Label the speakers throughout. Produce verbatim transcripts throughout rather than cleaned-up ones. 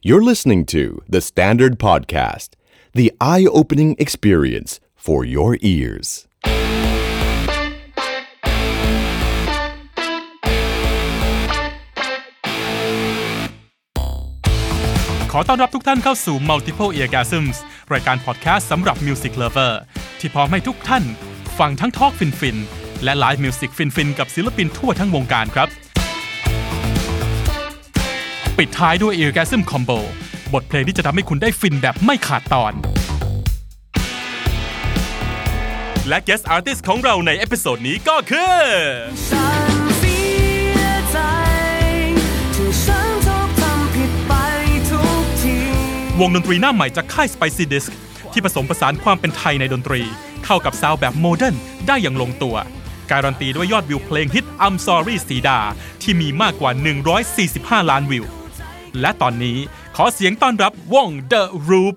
Speaker 1: You're listening to The Standard Podcast, the eye-opening experience for your ears.
Speaker 2: ขอต้อนรับทุกท่านเข้าสู่ Multiple Eargasms รายการพอดแคสต์สำหรับ Music Lover ที่พร้อมให้ทุกท่านฟังทั้งทอล์กฟินๆและไลฟ์มิวสิกฟินๆกับศิลปินทั่วทั้งวงการครับปิดท้ายด้วย Eargasm Combo บทเพลงที่จะทำให้คุณได้ฟินแบบไม่ขาดตอนและ Guest Artist ของเราในเอพิโซดนี้ก็คือวงดนตรีหน้าใหม่จากค่าย Spicy Disc ที่ผสมผสานความเป็นไทยในดนตรีเข้ากับซาวด์แบบโมเดิร์นได้อย่างลงตัวการันตีด้วยยอดวิวเพลงฮิต I'm Sorry สีดาที่มีมากกว่าหนึ่งร้อยสี่สิบห้าล้านวิวและตอนนี้ขอเสียงต้อนรับวง The Roop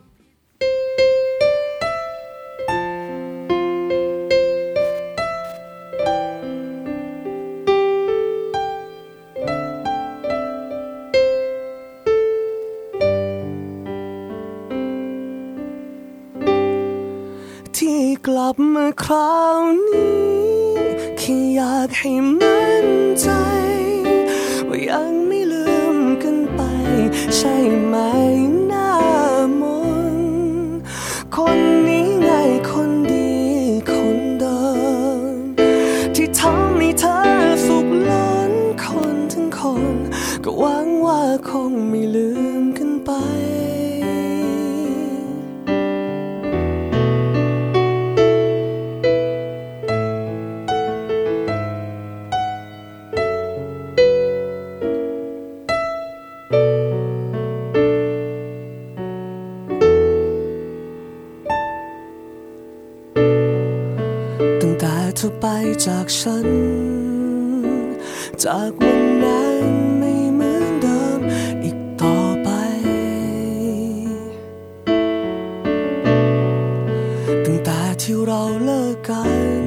Speaker 3: ที่กลับมาคราวนี้แค่อยากให้มั่นใจว่ายังไม่ลืมกันไปใช่ไหมหน้ามนคนนี้ไงคนดีคนเดิมที่ทำให้เธอสุขล้นคนทั้งคนก็หวังว่าคงไม่ลืมกันไปเธอไปจากฉันจากวันนั้นไม่เหมือนเดิมอีกต่อไปตั้งแต่ที่เราเลิกกัน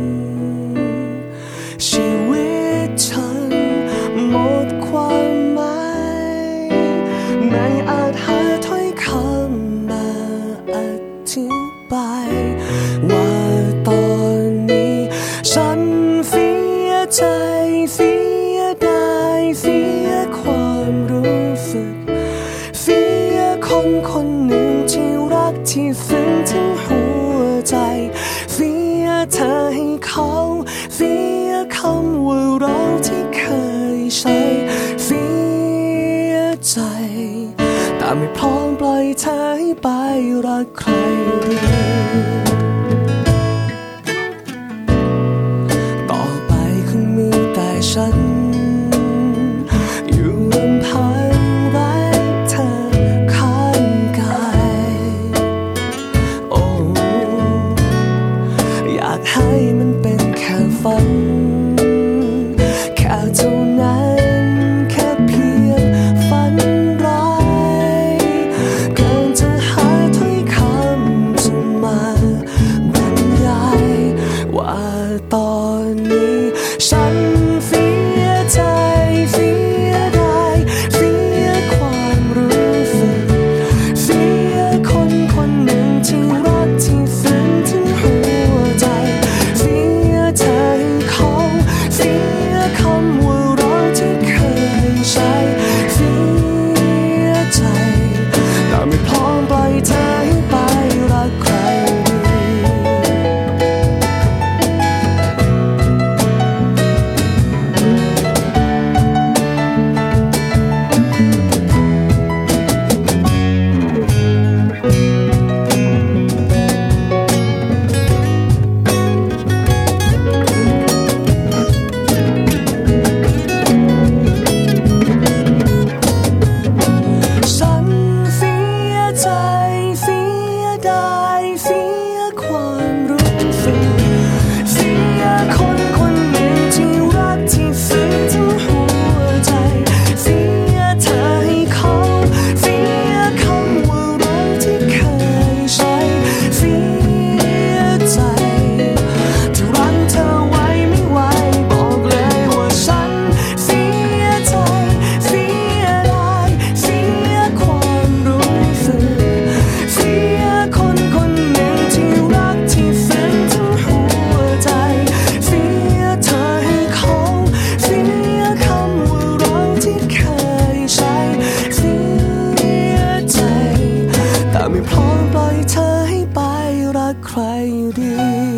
Speaker 3: ชีวิตฉันหมดความหมายไม่อาจหาถ้อยคำมาอธิบายว่าตอนนี้ฉันเสียใจเสียดายเสียความรู้สึกเสียคนคนหนึ่งที่รักที่ซึ้งถึงหัวใจเสียเธอให้เขาเสียคำว่าเราที่เคยใช้เสียใจแต่ไม่พร้อมปล่อยเธอให้ไปรักใครฉันอยู่ลำพังไร้เธอข้างกายโอ้อยากให้มันเป็นแค่ฝันแค่เท่านั้นแค่เพียงฝันร้ายเกินจะหาถ้อยคำจะมาพร้อมปล่อยเธอให้ไปรักใครอยู่ดี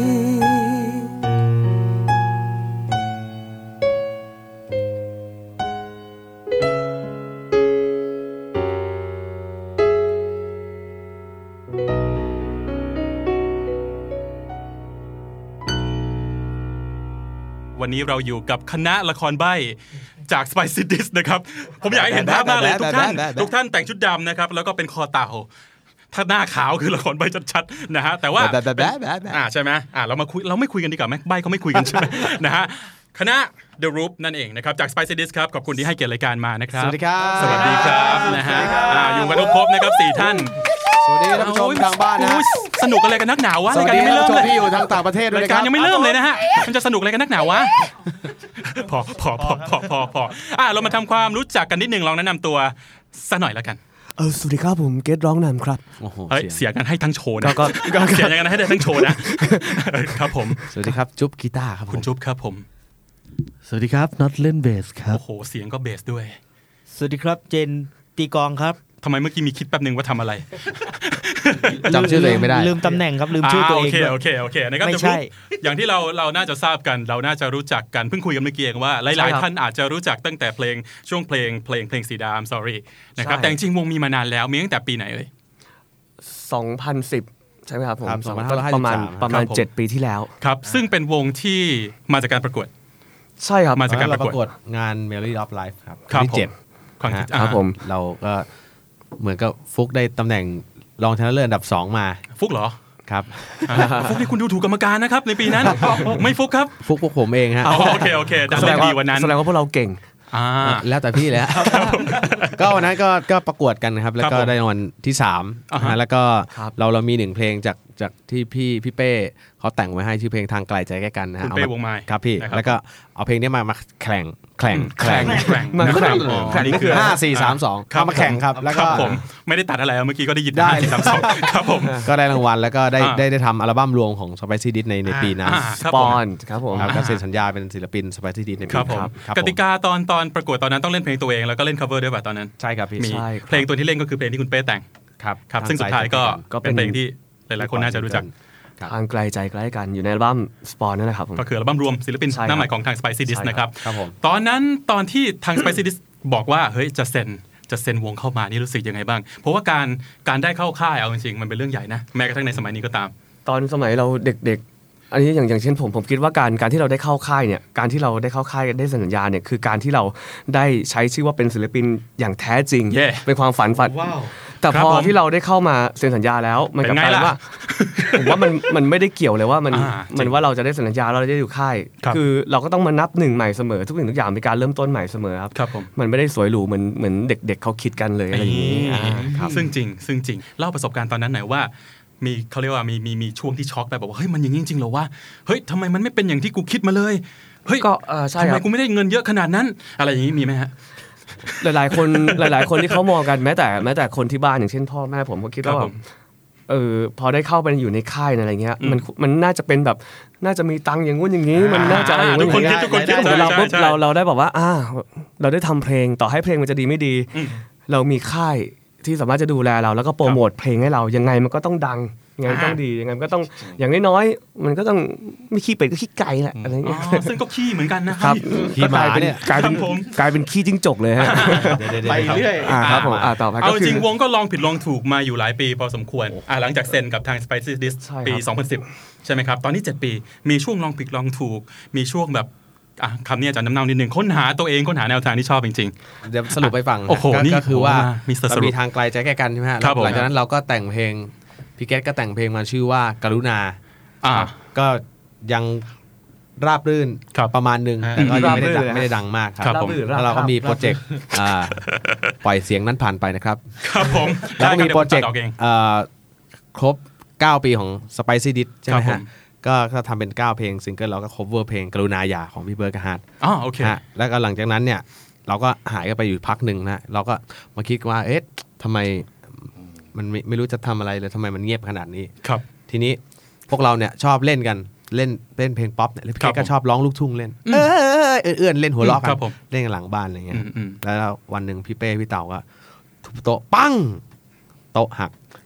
Speaker 2: วันนี้เราอยู่กับคณะละครใบ้จาก Spicy Dish นะครับผมอยากให้เห็นภาพมากเลยทุกท่านทุกท่านแต่งชุดดำนะครับแล้วก็เป็นคอเต่าถ้าหน้าขาวคือละครใบ้ชัดๆนะฮะแต่ว่าอ่าใช่ไหมอ่าเรามาคุยเราไม่คุยกันดีกว่าไหมใบ้เขาไม่คุยกันใช่ไหมนะฮะคณะ The Roof นั่นเองนะครับจาก Spicy Dish ครับขอบคุณที่ให้เกียรติรายการมานะครับ
Speaker 4: สวัสดีครับ
Speaker 2: สวัสดีครับนะฮะอ่าอยู่กันครบนะครับสี่ท่าน
Speaker 4: สวัสดีท่านผู้ชมทางบ้านนะ
Speaker 2: สนุกอะไรกันนักหนาวะรายการยังไม่เริ่มเลย
Speaker 4: ที่อยู่ทางต่างประเทศด้วย
Speaker 2: รายการยังไม่เริ่มเลยนะฮะมันจะสนุกอะไรกันนักหนาวะพอพอพอพอพอพออ่ะเรามาทำความรู้จักกันนิดนึงลองแนะนำตัวสักหน่อยแล้วกัน
Speaker 3: เออสวัสดีครับผมเกตร้องนำครับ
Speaker 2: เฮ้ยเสียกันให้ทั้งโชว์นะเสียกันให้ได้ทั้งโชว์นะครับผม
Speaker 4: สวัสดีครับจุ๊บกีตาร์ครับ
Speaker 2: คุณจุ๊บครับผม
Speaker 5: สวัสดีครับน็อตเล่นเบสครับ
Speaker 2: โอ้โหเสียงก็เบสด้วย
Speaker 5: สวัสดีครับเจนตีกลองครับ
Speaker 2: ทำไมเมื่อกี้มีคิดแป๊บนึงว่าทำอะไร
Speaker 4: จำชื่อตัวเองไม่ได้
Speaker 5: ลืมตำแหน่งครับลืมชื่อตัวเอง
Speaker 2: โอเคโอเคโอเคนะครับไม่ใช่อย่างที่เราเราน่าจะทราบกันเราน่าจะรู้จักกันเพิ่งคุยกันเมื่อกี้เองว่าหลายๆท่านอาจจะรู้จักตั้งแต่เพลงช่วงเพลงเพลงเพลงสีดา I'm sorry นะครับแต่จริงวงมีมานานแล้วมีตั้งแต่ปีไหนเลย
Speaker 3: สองพันสิบใช่ไหมครับผม
Speaker 4: ประมาณ
Speaker 3: ประมาณเจ็ดปีที่แล้ว
Speaker 2: ครับซึ่งเป็นวงที่มาจากการประกวด
Speaker 3: ใช่ครับ
Speaker 2: มาจากการประกวด
Speaker 4: งาน Melody of Life ครับ
Speaker 2: ที่เจ็ด
Speaker 4: ครับผมเราก็เหมือนกับฟุกได้ตำแหน่งรองชนะเลิศอันดับสองมา
Speaker 2: ฟุกเหรอ
Speaker 4: ครับ
Speaker 2: ฟุกนี่คุณดูถูกกรรมการนะครับในปีนั้นไม่ฟุกครับ
Speaker 4: ฟุกพวกผมเองฮะ
Speaker 2: โอเคโอเคดังดีวันนั้น
Speaker 3: แสดงว่าพวกเราเก่ง
Speaker 4: แล้วแต่พี่แล้วก็วันนั้นก็ก็ประกวดกันครับแล้วก็ได้รางวัลที่สามแล้วก็เราเรามีหนึ่งเพลงจากจากที่พี่พี่เป้เขาแต่งไว้ให้ชื่อเพลงทางไกลใจใกล้กันนะฮะ
Speaker 2: คุณเป้วงไม้
Speaker 4: ครับพี่แล้วก็เอาเพลงนี้มามาแข่งแข่ง
Speaker 2: แข่งแข่ง
Speaker 4: มาแข่งแข่งนี่คือห้า สี่ สาม สองเอามาแข่งครับแล้วก็
Speaker 2: ผมไม่ได้ตัดอะไรเมื่อกี้ก็ได้ยินได้สี่ สาม สองครับผม
Speaker 4: ก็ได้รางวัลแล้วก็ได้ได้ได้ทำอัลบั้มรวมของ Spicy Dish ในในปีนั้น
Speaker 3: สปอนครับผม
Speaker 4: ก็เซ็นสัญญาเป็นศิลปิน Spicy Dish ในปี
Speaker 2: ครับกติกาตอนตอนประกวดตอนนั้นต้องเล่นเพลงตัวเองแล้วก็เล่น cover ด้วยป่ะตอนนั้น
Speaker 4: ใช่ครับพี่
Speaker 2: มีเพลงตัวที่เล่นก็คือเพลงที่คุณเป้แต่ง
Speaker 4: ครับ
Speaker 2: ครับซึ่งสุดท้ายก็เป็นเพลงที่หลายๆคนน่าจะรู้จัก
Speaker 3: ทางไกลใจใกล้กันอยู่ในอัลบั้มสปอนนั่นแหละครับ
Speaker 2: ก็คืออัลบั้มรวมศิลปินหน้าใหม่ของทาง Spicy Dish นะครับตอนนั้นตอนที่ทาง Spicy Dish บอกว่าเฮ้ยจะเซ็นจะเซ็นวงเข้ามานี่รู้สึกยังไงบ้างเพราะว่าการการได้เข้าค่ายเอาจริงๆมันเป็นเรื่องใหญ่นะแม้กระทั่งในสมัยนี้ก็ตาม
Speaker 3: ตอนสมัยเราเด็กๆอันนี้อย่างอย่างเช่นผมผมคิดว่าการการที่เราได้เข้าค่ายเนี่ยการที่เราได้เข้าค่ายได้สัญญาเนี่ยคือการที่เราได้ใช้ชื่อว่าเป็นศิลปินอย่างแท้จริงเป็นความฝันฝันแต่พอที่เราได้เข้ามาเซ็นสัญญาแล้วมันกลับกลายว่าผมว่ามันมันไม่ได้เกี่ยวเลยว่ามันมันว่าเราจะได้สัญญาเราจะอยู่ค่ายคือเราก็ต้องมานับหนึ่งใหม่เสมอทุกสิ่งทุกอย่างเป็นการเริ่มต้นใหม่เสมอครับมันไม่ได้สวยหรูเหมือนเหมือนเด็กๆเขาคิดกันเลยอะไรอย่างนี้
Speaker 2: ซึ่งจริงซึ่งจริงเล่าประสบการณ์ตอนนั้นหน่อยว่ามีเขาเรียกว่ามีมีมีช่วงที่ช็อกไปบอกว่าเฮ้ยมันอย่างนี้จริงๆเหรอวะเฮ้ยทำไมมันไม่เป็นอย่างที่กูคิดมาเลยเฮ้ย
Speaker 3: ก็ใช่
Speaker 2: ทำไมกูไม่ได้เงินเยอะขนาดนั้นอะไรอย่างนี้มีไหมฮะ
Speaker 3: หลายๆคนหลายๆคนที่เขามองกันแม้แต่แม้แต่คนที่บ้านอย่างเช่นพ่อแม่ผมก็คิดว่าเออพอได้เข้าไปอยู่ในค่ายอะไรเงี้ยมันมันน่าจะเป็นแบบน่าจะมีตังค์อย่างงู้นอย่างนี้มันน่าจะอย่างงู้นอย่างนี้แต่เราปุ๊บเราเราได้บอกว่าอ่าเราได้ทำเพลงต่อให้เพลงมันจะดีไม่ดีเรามีค่ายที่สามารถจะดูแลเราแล้วก็โปรโมทเพลงให้เรายังไงมันก็ต้องดังยังไงต้องดียังไงมันก็ต้องอย่างน้อยๆมันก็ต้องไม่ขี้เป็ดก็ขี้ไก่แหละอะไรเงี้ย
Speaker 2: ซึ่งก็ขี้เหมือนกันนะครับ
Speaker 4: ขี้หมาเนี่ย
Speaker 3: กลายเป็นกลายเป็นขี้จิ้งจกเลยฮะ
Speaker 4: ไปเรื่อย
Speaker 3: อ่าครับผมอ่าต่อไป
Speaker 2: เอาจริงวงก็ลองผิดลองถูกมาอยู่หลายปีพอสมควรอ่าหลังจากเซ็นกับทาง Spicy Dish ปีสองพันสิบใช่ไหมครับตอนนี้เจ็ดปีมีช่วงลองผิดลองถูกมีช่วงแบบอ่ะคำนี้อาจารย์น้ำเน่านิดนึงค้นหาตัวเองค้นหาแนวทางที่ชอบจริง
Speaker 4: ๆเดี๋ยวสรุปไปฟัง
Speaker 2: ก็
Speaker 4: คือว่ามีทางไกลใจแก้กันใช่ไหมฮะหลังจากนั้นเราก็แต่งเพลงพี่เกตก็แต่งเพลงมาชื่อว่ากรุณาก็ยังราบรื่นประมาณนึงแต่ก็ยังไม่ได้ดังไม่ได้ดังมากครับแล้วเราก็มีโปรเจกต์ปล่อยเสียงนั้นผ่านไปนะครับ
Speaker 2: ครับผม
Speaker 4: แล้วก็มีโปรเจกต์ครบเก้าปีของ Spicy Dish ใช่ไหมฮะก็ก็ทำเป็นเก้าเพลงซิงเกิลเราก็ cover เพลงกรุณาอย่าของพี่เบิร์ดกับฮาร์ด
Speaker 2: อ๋อโอเค
Speaker 4: แล้วก็หลังจากนั้นเนี่ยเราก็หายกันไปอยู่พักหนึ่งนะเราก็มาคิดว่าเอ๊ะทำไมมันไม่ไม่รู้จะทำอะไรเลยทำไมมันเงียบขนาดนี้
Speaker 2: ครับ
Speaker 4: ทีนี้พวกเราเนี่ยชอบเล่นกันเล่นเล่นเพลงป๊อปเนี่ยพี่เกก็ชอบร้องลูกทุ่งเล่นเออเอื้อนเล่นหัวเราะกันเล่นกันหลังบ้านอะไรเงี้ยแล้ววันหนึ่งพี่เป้พี่เต่าก็ทุบโต๊ะปั้งโต๊ะหัก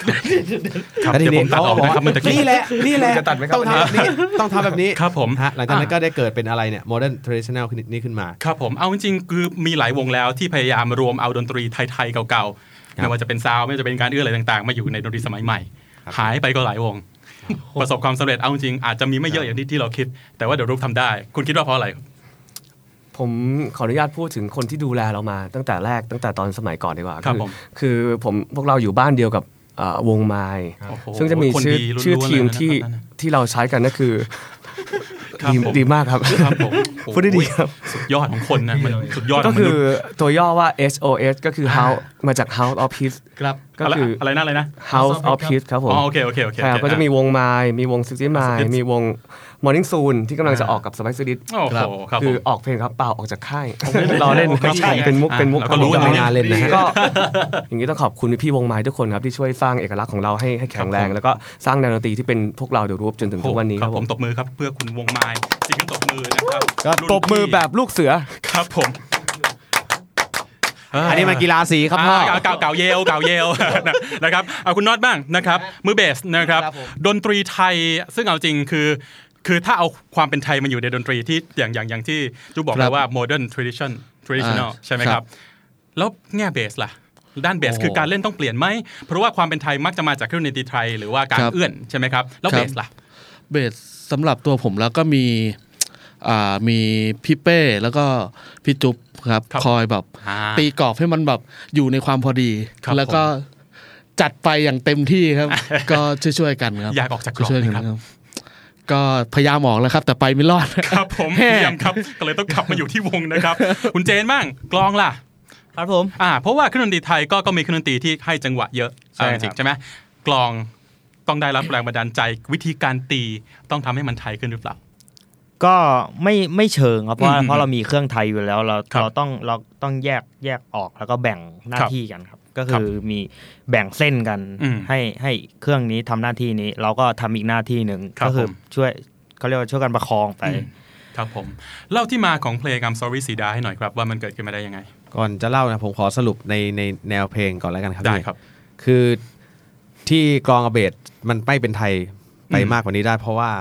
Speaker 2: ครับเดี๋ยวผมตัดออกนะครับมันตะกี้
Speaker 4: นี่แหละนี่แหละ
Speaker 3: จะตัดไหมครับ
Speaker 4: ต้องทำแบบนี้ต้องทำแบบนี้
Speaker 2: ครับผม
Speaker 4: ฮะหลังจากนั้นก็ได้เกิดเป็นอะไรเนี่ย modern traditional นี่ขึ้นมา
Speaker 2: ครับผมเอาจริงๆคือมีหลายวงแล้วที่พยายามรวมเอาดนตรีไทยๆเก่าๆไม่ว่าจะเป็นซาวด์ไม่ว่าจะเป็นการเอื้ออะไรต่างๆมาอยู่ในดนตรีสมัยใหม่หายไปก็หลายวงประสบความสำเร็จเอาจริงอาจจะมีไม่เยอะอย่างที่ที่เราคิดแต่ว่าเดี๋ยวรูปทำได้คุณคิดว่าเพราะอะไร
Speaker 3: ผมขออนุญาตพูดถึงคนที่ดูแลเรามาตั้งแต่แรกตั้งแต่ตอนสมัยก่อนดีกว่า
Speaker 2: ครับผม
Speaker 3: คือผมพวกเราอยู่บ้านเดียวกับวงไม้ซึ่งจะมีชื่อชื่อทีมที่ที่เราใช้กันนั่นคือดีมากครับพูดได้ดีครับ
Speaker 2: สุดยอดของคนนะมันสุดยอด
Speaker 3: ก็คือตัวย่อว่า เอส โอ เอส ก็คือ House มาจาก House of Peace
Speaker 2: ครับ
Speaker 3: ก็คือ
Speaker 2: อะไรนะอะไรนะ
Speaker 3: House of Peace ครับผม
Speaker 2: อ๋อโอเคโอเคโอเค
Speaker 3: ก็จะมีวงไม้มีวงซิกซี่ไม้มีวงMorning Soon ที่กำลังจะออกกับ Spice Dish คือออกเพลงครับเปล่าออกจากค่ายรอเล่นเป็นมุกเป็นมุก
Speaker 2: ก็รู้
Speaker 3: ไม่น่าเล่นนะฮะก็อย่างนี้ต้องขอบคุณพี่วงไม้ทุกคนครับที่ช่วยสร้างเอกลักษณ์ของเราให้ให้แข็งแรงแล้วก็สร้างแนวดนตรีที่เป็นพวกเราเดี๋ยวรูปจนถึงทุกวันนี้ครับ
Speaker 2: ผมตบมือครับเพื่อคุณวงไม้จริงๆตบมือนะครับ
Speaker 3: ก็ตบมือแบบลูกเสือ
Speaker 2: ครับผม
Speaker 4: อันนี้มันกีฬาสีครับพ่อ
Speaker 2: เก่าเก่าเยลเก่าเยลนะครับเอาคุณน็อตบ้างนะครับมือเบสนะครับดนตรีไทยซึ่งเอาจริงคือคือถ้าเอาความเป็นไทยมาอยู่ในดนตรีที่อย่างอย่างอย่างที่จูบอกเลยว่า modern tradition traditional ใช่ไหมครับแล้วแง่เบสล่ะด้านเบสคือการเล่นต้องเปลี่ยนไหมเพราะว่าความเป็นไทยมักจะมาจากเครื่องดนตรีไทยหรือว่าการเอื้อนใช่ไหมครับแล้วเบสล่ะ
Speaker 6: เบสสำหรับตัวผมแล้วก็มีอ่ามีพี่เป้แล้วก็พี่จุ๊บครับคอยแบบตีกรอบให้มันแบบอยู่ในความพอดีแล้วก็จัดไปอย่างเต็มที่ครับก็ช่วยๆกันครับ
Speaker 2: อยากออกจากกรอบครับ
Speaker 6: ก็พยายามออกแล้วครับแต่ไปไม่รอด
Speaker 2: ครับผมพยายามครับก็เลยต้องกลับมาอยู่ที่วงนะครับคุณเจนบ้างกลองล่ะ
Speaker 5: ครับผม
Speaker 2: อ่าเพราะว่าเครื่องดนตรีไทยก็ก็มีเครื่องดนตรีที่ให้จังหวะเยอะใช่จริงใช่ไหมกลองต้องได้รับแรงบันดาลใจวิธีการตีต้องทำให้มันไทยขึ้นหรือเปล่า
Speaker 5: ก็ไม่ไม่เชิงครับเพราะเพราะเรามีเครื่องไทยอยู่แล้วเราเราต้องเราต้องแยกแยกออกแล้วก็แบ่งหน้าที่กันครับก็คือมีแบ่งเส้นกันให้ให้เครื่องนี้ทำหน้าที่นี้เราก็ทำอีกหน้าที่หนึ่งก็คือช่วยเขาเรียกว่าช่วยกันประคองไป
Speaker 2: ครับผมเล่าที่มาของเพลง I'm Sorry สีดาให้หน่อยครับว่ามันเกิดขึ้นมาได้ยังไง
Speaker 4: ก่อนจะเล่านะผมขอสรุปในในแนวเพลงก่อนแล้วกันครับ
Speaker 2: ได้ครับ
Speaker 4: คือที่กลองกับเบสมันไม่เป็นไทยไปมากกว่านี้ได้เพราะว่า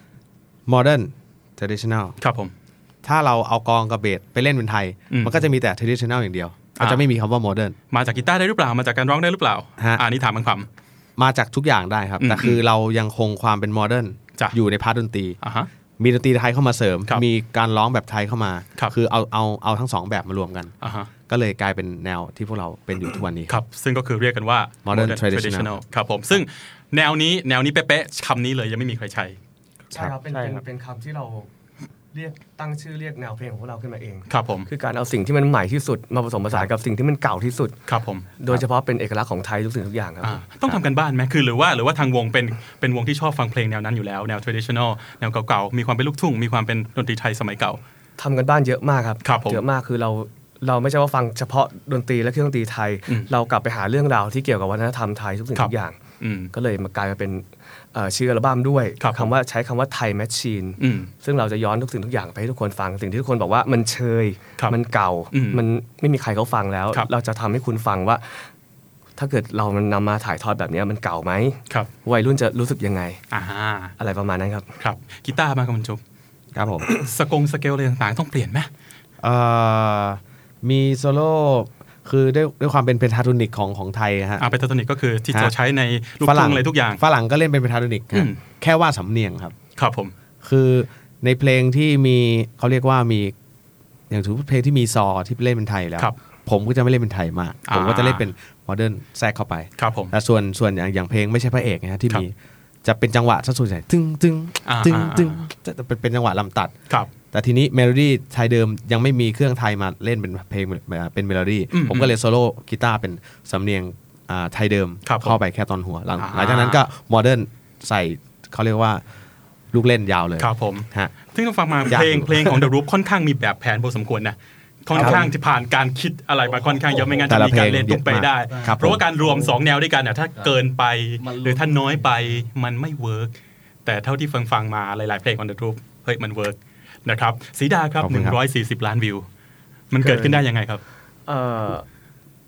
Speaker 4: modern traditional
Speaker 2: ครับผม
Speaker 4: ถ้าเราเอากลองกับเบสไปเล่นเป็นไทยมันก็จะมีแต่ traditional อย่างเดียวมันจะไม่มีคำว่า modern
Speaker 2: มาจากกีตาร์ได้หรือเปล่ามาจากการร้องได้หรือเปล่าอ่านี่ถามมันความ
Speaker 4: มาจากทุกอย่างได้ครับแต่คือเรายังคงความเป็น modern อยู่ในพาร์ทดนตรีมีดนตรีไทยเข้ามาเสริมมีการร้องแบบไทยเข้ามาคือเอาเอาเอาทั้งสองแบบมารวมกันก็เลยกลายเป็นแนวที่พวกเราเป็นอยู่ทุกวันนี้
Speaker 2: ครับซึ่งก็คือเรียกกันว่า
Speaker 4: modern traditional
Speaker 2: ครับผมซึ่งแนวนี้แนวนี้เป๊ะๆคำนี้เลยยังไม่มีใครใช้
Speaker 3: ใช่ครับเป็นเป็นคำที่เราเรียกตั้งชื่อเรียกแนวเพลงของพวกเราขึ้นมาเอง
Speaker 2: ครับผม
Speaker 3: คือการเอาสิ่งที่มันใหม่ที่สุดมาผสมผสานกับสิ่งที่มันเก่าที่สุด
Speaker 2: ครับผม
Speaker 3: โดยเฉพาะเป็นเอกลักษณ์ของไทยทุกสิ่งทุกอย่างครับ
Speaker 2: ต้องทำกันบ้านไหมคือหรือว่าหรือว่าทางวงเป็นเป็นวงที่ชอบฟังเพลงแนวนั้นอยู่แล้วแนว traditional แนวเก่าๆมีความเป็นลูกทุ่งมีความเป็นดนตรีไทยสมัยเก่า
Speaker 3: ทำกันบ้านเยอะมากครับเยอะมากคือเราเราไม่ใช่ว่าฟังเฉพาะดนตรีและเครื่องดนตรีไทยเรากลับไปหาเรื่องราวที่เกี่ยวกับวัฒนธรรมไทยทุกสิ่งทุกอย่างก็เลยมากลายมาเป็นชื่ออัลบั้มด้วยคำว่าใช้คำว่าไทยแมชชีนซึ่งเราจะย้อนทุกสิ่งทุกอย่างไปให้ทุกคนฟังสิ่งที่ทุกคนบอกว่ามันเชยมันเก่ามันไม่มีใครเขาฟังแล้วเราจะทำให้คุณฟังว่าถ้าเกิดเรามันนำมาถ่ายทอดแบบนี้มันเก่าไหมวัยรุ่นจะรู้สึกยังไงอะไรประมาณนั้นครับ
Speaker 2: ครับกีตาร์มาครับคุณจุ๊บ
Speaker 4: ครับผม
Speaker 2: สกงสเกลอะไรต่างๆต้องเปลี่ยนไหม
Speaker 4: มีโซโล่คือด้วยด้วยความเป็นเพนทาโทนิกของของไทยฮะ
Speaker 2: อ่าเพนทาโทนิกก็คือที่เราใช้ในลูกทุ่งอะไรทุกอย่าง
Speaker 4: ฝรั่งก็เล่นเป็นเพนทาโทนิกแค่ว่าสำเนียงครับ
Speaker 2: ครับผม
Speaker 4: คือในเพลงที่มีเขาเรียกว่ามีอย่างถือเพลงที่มีซอที่เล่นเป็นไทยแล้วผมก็จะไม่เล่นเป็นไทยมากผมก็จะเล่นเป็นโมเดิร์นแทรกเข้าไป
Speaker 2: ครับผม
Speaker 4: แต่ส่วนส่วนอย่างอย่างเพลงไม่ใช่พระเอกนะฮะที่มีจะเป็นจังหวะซะส่วนใหญ่ตึ้งตึ้งตึ้งตึ้งจะเป็นเป็นจังหวะลำตัดแต่ทีนี้เมโลดี้ไทยเดิมยังไม่มีเครื่องไทยมาเล่นเป็นเพลงเป็นเมโลดี้ผมก็เลยโซโล่กีตาร์เป็นสำเนียงไทยเดิมเข้าไปแค่ตอนหัวหลังหลังจากนั้นก็โมเดิร์นใส่เขาเรียกว่าลูกเล่นยาวเลย
Speaker 2: ครับผมฮะซึ่งต้องฟังมาเพลงเพลงของ The Roop ค่อนข้างมีแบบแผนพอสมควรนะค่อนข้างที่ผ่านการคิดอะไรมาค่อนข้างเยอะไม่งั้นจะมีการเล่นตุ้มไปได้เพราะว่าการรวมสองแนวด้วยกันเนี่ยถ้าเกินไปหรือถ้าน้อยไปมันไม่เวิร์กแต่เท่าที่ฟังฟังมาหลายๆเพลงของ The Roop เฮ้ยมันเวิร์กนะครับสีดาครับหนึ่งร้อยสี่สิบล้านวิวมันเกิดขึ้นได้ยังไงครับ
Speaker 3: เอ่อถ้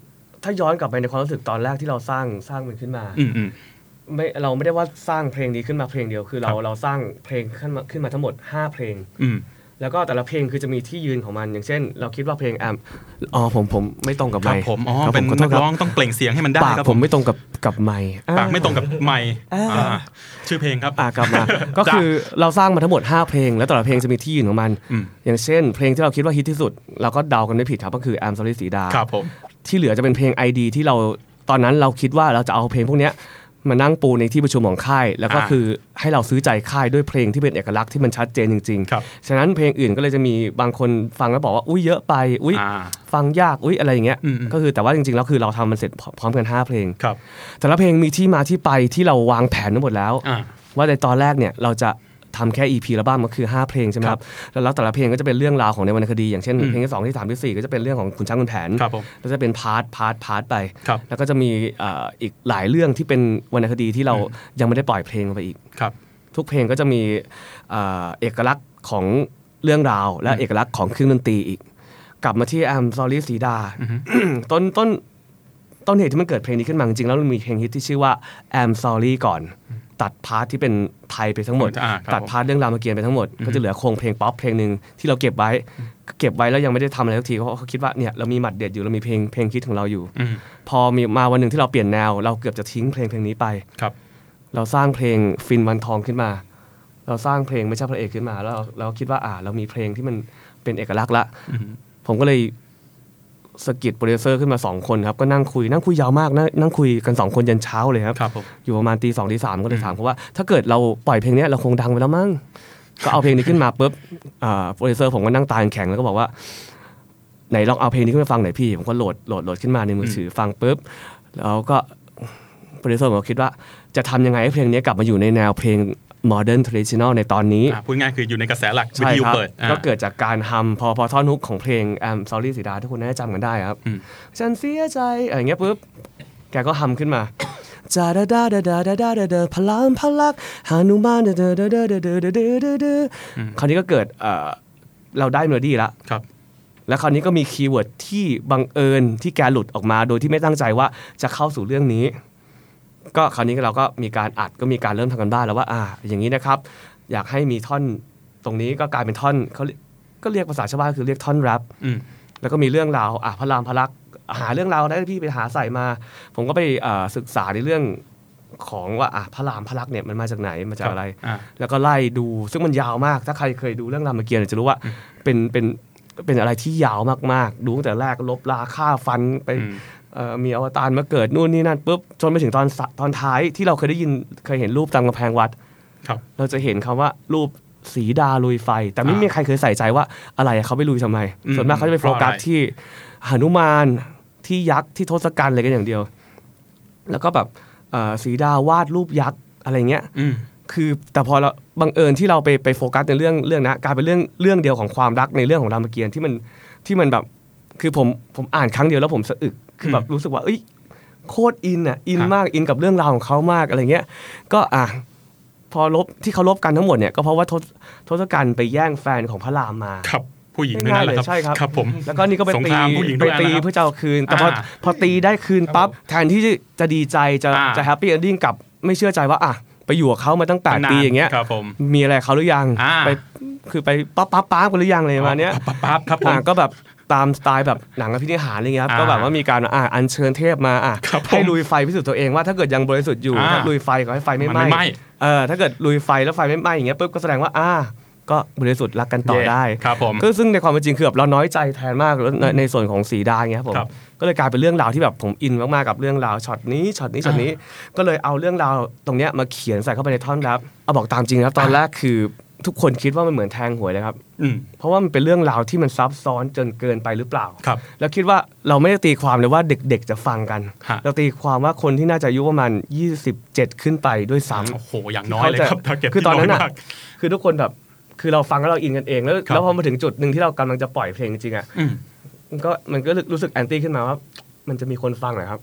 Speaker 3: ถ้าย้อนกลับไปในความรู้สึกตอนแรกที่เราสร้างสร้างมันขึ้นมาไม่เราไม่ได้ว่าสร้างเพลงนี้ขึ้นมาเพลงเดียวคือเราเราสร้างเพลงขึ้นมาขึ้นมาทั้งหมดห้าเพลงแล้วก็แต่ละเพลงคือจะมีที่ยืนของมันอย่างเช่นเราคิดว่าเพลงแอมอ๋อผมผมไม่ตรงกับไมค์
Speaker 2: ผมอ๋อเป็นนักร้องต้องเปล่งเสียงให้มันได้
Speaker 3: ครับผมไม่ตรงกับกับไมค์
Speaker 2: ปากไม่ตรงกับไมค์ชื่อเพลงครับ
Speaker 3: อ่ากลับมาก็คือเราสร้างมาทั้งหมดห้าเพลงแล้วแต่ละเพลงจะมีที่ยืนของมันอย่างเช่นเพลงที่เราคิดว่าฮิตที่สุดเราก็เดากันไม่ผิดครับก็คือ I'm Sorry สีดา
Speaker 2: ครับผม
Speaker 3: ที่เหลือจะเป็นเพลง ไอ ดี ที่เราตอนนั้นเราคิดว่าเราจะเอาเพลงพวกนี้มานั่งปูในที่ประชุมของค่ายแล้วก็คือให้เราซื้อใจค่ายด้วยเพลงที่เป็นเอกลักษณ์ที่มันชัดเจนจริงๆฉะนั้นเพลงอื่นก็เลยจะมีบางคนฟังแล้วบอกว่าอุ้ยเยอะไปอุ้ยฟังยากอุ้ยอะไรอย่างเงี้ยก็คือแต่ว่าจริงๆแล้วคือเราทำมันเสร็จพร้อมกันห้าเพลงแต่ละเพลงมีที่มาที่ไปที่เราวางแผนทั้งหมดแล้วว่าในตอนแรกเนี่ยเราจะทำแค่ อี พี ละบ้างก็คือห้าเพลงใช่ไหมครับแล้วแต่ละเพลงก็จะเป็นเรื่องราวของในวรรณคดีอย่างเช่นเพลงที่สองที่สามที่สี่ก็จะเป็นเรื่องของขุนช้างขุนแผนแล้วจะเป็นพาร์ทพาร์ทพาร์ทไปแล้วก็จะมีอีกหลายเรื่องที่เป็นวรรณคดีที่เรายังไม่ได้ปล่อยเพลงไปอีกทุกเพลงก็จะมีเอกลักษณ์ของเรื่องราวและเอกลักษณ์ของเครื่องดนตรีอีกกลับมาที่ I'm Sorry สีดาต้นต้นต้นเหตุที่มันเกิดเพลงนี้ขึ้นมาจริงๆแล้วมันมีเพลงฮิตที่ชื่อว่า I'm Sorry ก่อนตัดพาร์ทที่เป็นไทยไปทั้งหมดตัดพาร์ทเรื่องรามเกียรติ์ไปทั้งหมดก็จะเหลือโครงเพลงป๊อปเพลงนึงที่เราเก็บไว้เก็บไว้แล้วยังไม่ได้ทำอะไรสักทีเพราะเขาคิดว่าเนี่ยเรามีหมัดเด็ดอยู่เรามีเพลงเพลงคิดของเราอยู่พอมีมาวันนึงที่เราเปลี่ยนแนวเราเกือบจะทิ้งเพลงเพลงนี้ไปเราสร้างเพลงฟินวันทองขึ้นมาเราสร้างเพลงไม่ใช่พระเอกขึ้นมาแล้วเราคิดว่าอ่าเรามีเพลงที่มันเป็นเอกลักษณ์ละผมก็เลยสกิดโปรดิวเซอร์ขึ้นมาสองคนครับก็นั่งคุยนั่งคุยยาวมากนั่งคุยกันสองคนยันเช้าเลยครับอยู่ประมาณตีสองตีสามก็เลยถามเขาว่าถ้าเกิดเราปล่อยเพลงนี้เราคงดังไปแล้วมั้งก็เอาเพลงนี้ขึ้นมาปุ๊บโปรดิวเซอร์ผมก็นั่งตาแข็งแล้วก็บอกว่าไหนลองเอาเพลงนี้ขึ้นมาฟังหน่อยพี่ผมก็โหลดโหลดโหลดขึ้นมาในมือถือฟังปุ๊บแล้วก็โปรดิวเซอร์ผมคิดว่าจะทำยังไงให้เพลงนี้กลับมาอยู่ในแนวเพลงModern Traditional ในตอนนี้
Speaker 2: พูดง่ายคืออยู่ในกระแสหลักวิทยุเปิด
Speaker 3: ก็เกิดจากการทำพอพอท่อนฮุกของเพลง I'm Sorry สีดาทุกคนน่าจะจำกันได้ครับฉันเสียใจอะไรเงี้ยปุ๊บแกก็ทำขึ้นมาจาดาดาดาดาดาดาดาดาพลามพลักหานุมานดาดาดาดาดาดาดาดาดาคราวนี้ก็เกิดเราได้เมโลดี้แล้วแล้วคราวนี้ก็มีคีย์เวิร์ดที่บังเอิญที่แกหลุดออกมาโดยที่ไม่ตั้งใจว่าจะเข้าสู่เรื่องนี้ก็คราวนี้เราก็มีการอัดก็มีการเริ่มทำกันบ้านแล้วว่าอ่าอย่างนี้นะครับอยากให้มีท่อนตรงนี้ก็กลายเป็นท่อนเขาก็เรียกภาษาชาวบ้านคือเรียกท่อนแรปแล้วก็มีเรื่องราวอ่ะพระรามพระลักษณ์หาเรื่องราวได้พี่ไปหาใส่มาผมก็ไปศึกษาในเรื่องของว่าอ่ะพระรามพระลักษณ์เนี่ยมันมาจากไหนมาจากอะไรแล้วก็ไล่ดูซึ่งมันยาวมากถ้าใครเคยดูเรื่องรามเกียรติ์จะรู้ว่าเป็นเป็นเป็นอะไรที่ยาวมากๆดูตั้งแต่แรกลบราฆ่าฟันไปมีอวตารมาเกิดนู่นนี่นั่นปุ๊บจนไปถึงตอนตอนท้ายที่เราเคยได้ยินเคยเห็นรูปตามกำแพงวัดเราจะเห็นคำว่ารูปสีดาลุยไฟแต่ไม่มีใครเคยใส่ใจว่าอะไรเขาไปลุยทำไมส่วนมากเขาจะไปโฟกัสที่หนุมานที่ยักษ์ที่ทศกัณฐ์อะไรกันอย่างเดียวแล้วก็แบบสีดาวาดรูปยักษ์อะไรเงี้ยคือแต่พอเราบังเอิญที่เราไปไปโฟกัสในเรื่องเรื่องนะกลายเป็นเรื่องเรื่องเดียวของความรักในเรื่องของรามเกียรติ์ที่มันที่มันแบบคือผมผมอ่านครั้งเดียวแล้วผมสะอึกคือแบบรู้สึกว่าเอ้ยโคตรอินอ่ะอินมากอินกับเรื่องราวของเขามากอะไรเงี้ยก็อ่ะพอลบที่เขาลบกันทั้งหมดเนี่ยก็เพราะว่าทศกัณฐ์ไปแย่งแฟนของพระรามมา
Speaker 2: ครับผู้หญิงนั่นแหละครับ
Speaker 3: ใช่ครับ
Speaker 2: ครับผม
Speaker 3: แล้วก็นี่ก็ไปตีไปตีเพื่อจะเอาคืนแต่พอพอตีได้คืนปั๊บแทนที่จะดีใจจะจะแฮปปี้เอนดิ้งกับไม่เชื่อใจว่าอ่ะไปอยู่กับเขามาตั้งแปดปีอย่างเงี้ยมีอะไรเขาหรือยังไปคือไปปั๊บปั๊บปั๊บกันหรือยังอะไรประมาณเนี้ย
Speaker 2: ปั๊บปั๊บครับผม
Speaker 3: ก็แบบตามสไตล์แบบหนังอภินิหารอะไรเงี้ยครับก็แบบว่ามีการอ่ะอัญเชิญเทพมาอ่ะให้ลุยไฟพิสูจน์ตัวเองว่าถ้าเกิดยังบริสุทธิ์อยู่ถ้าลุยไฟก็ให้ไฟไม่ไหม้เออถ้าเกิดลุยไฟแล้วไฟไม่ไหม้อย่างเงี้ยปุ๊บก็แสดงว่าอ่ะก็บริสุทธิ์รักกันต่อได้ก็ซึ่งในความเป็นจริงคือแบบเราน้อยใจแทนมากแล้วในส่วนของสีดาเงี้ยครับผมก็เลยกลายเป็นเรื่องราวที่แบบผมอินมากๆกับเรื่องราวช็อตนี้ช็อตนี้ช็อตนี้ก็เลยเอาเรื่องราวตรงเนี้ยมาเขียนใส่เข้าไปในท่อนแรปเอาบอกตามจริงครับตอนแรกคือทุกคนคิดว่ามันเหมือนแทงหวยเลยครับเพราะว่ามันเป็นเรื่องราวที่มันซับซ้อนจนเกินไปหรือเปล่าแล้วคิดว่าเราไม่ได้ตีความเลยว่าเด็กๆจะฟังกันเราตีความว่าคนที่น่าจะอายุประมาณยี่สิบเจ็ดขึ้นไปด้วยซ้ำ
Speaker 2: โอ้โหอย่างน้อยเลยครับ
Speaker 3: คือตอนนั้นน่ะคือทุกคนแบบคือเราฟังแล้วเราอินกันเองแล้วแล้วพอมาถึงจุดนึงที่เรากำลังจะปล่อยเพลงจริงๆอ่ะก็มันก็รู้สึกแอนตี้ขึ้นมาว่ามันจะมีคนฟังเหรอครับ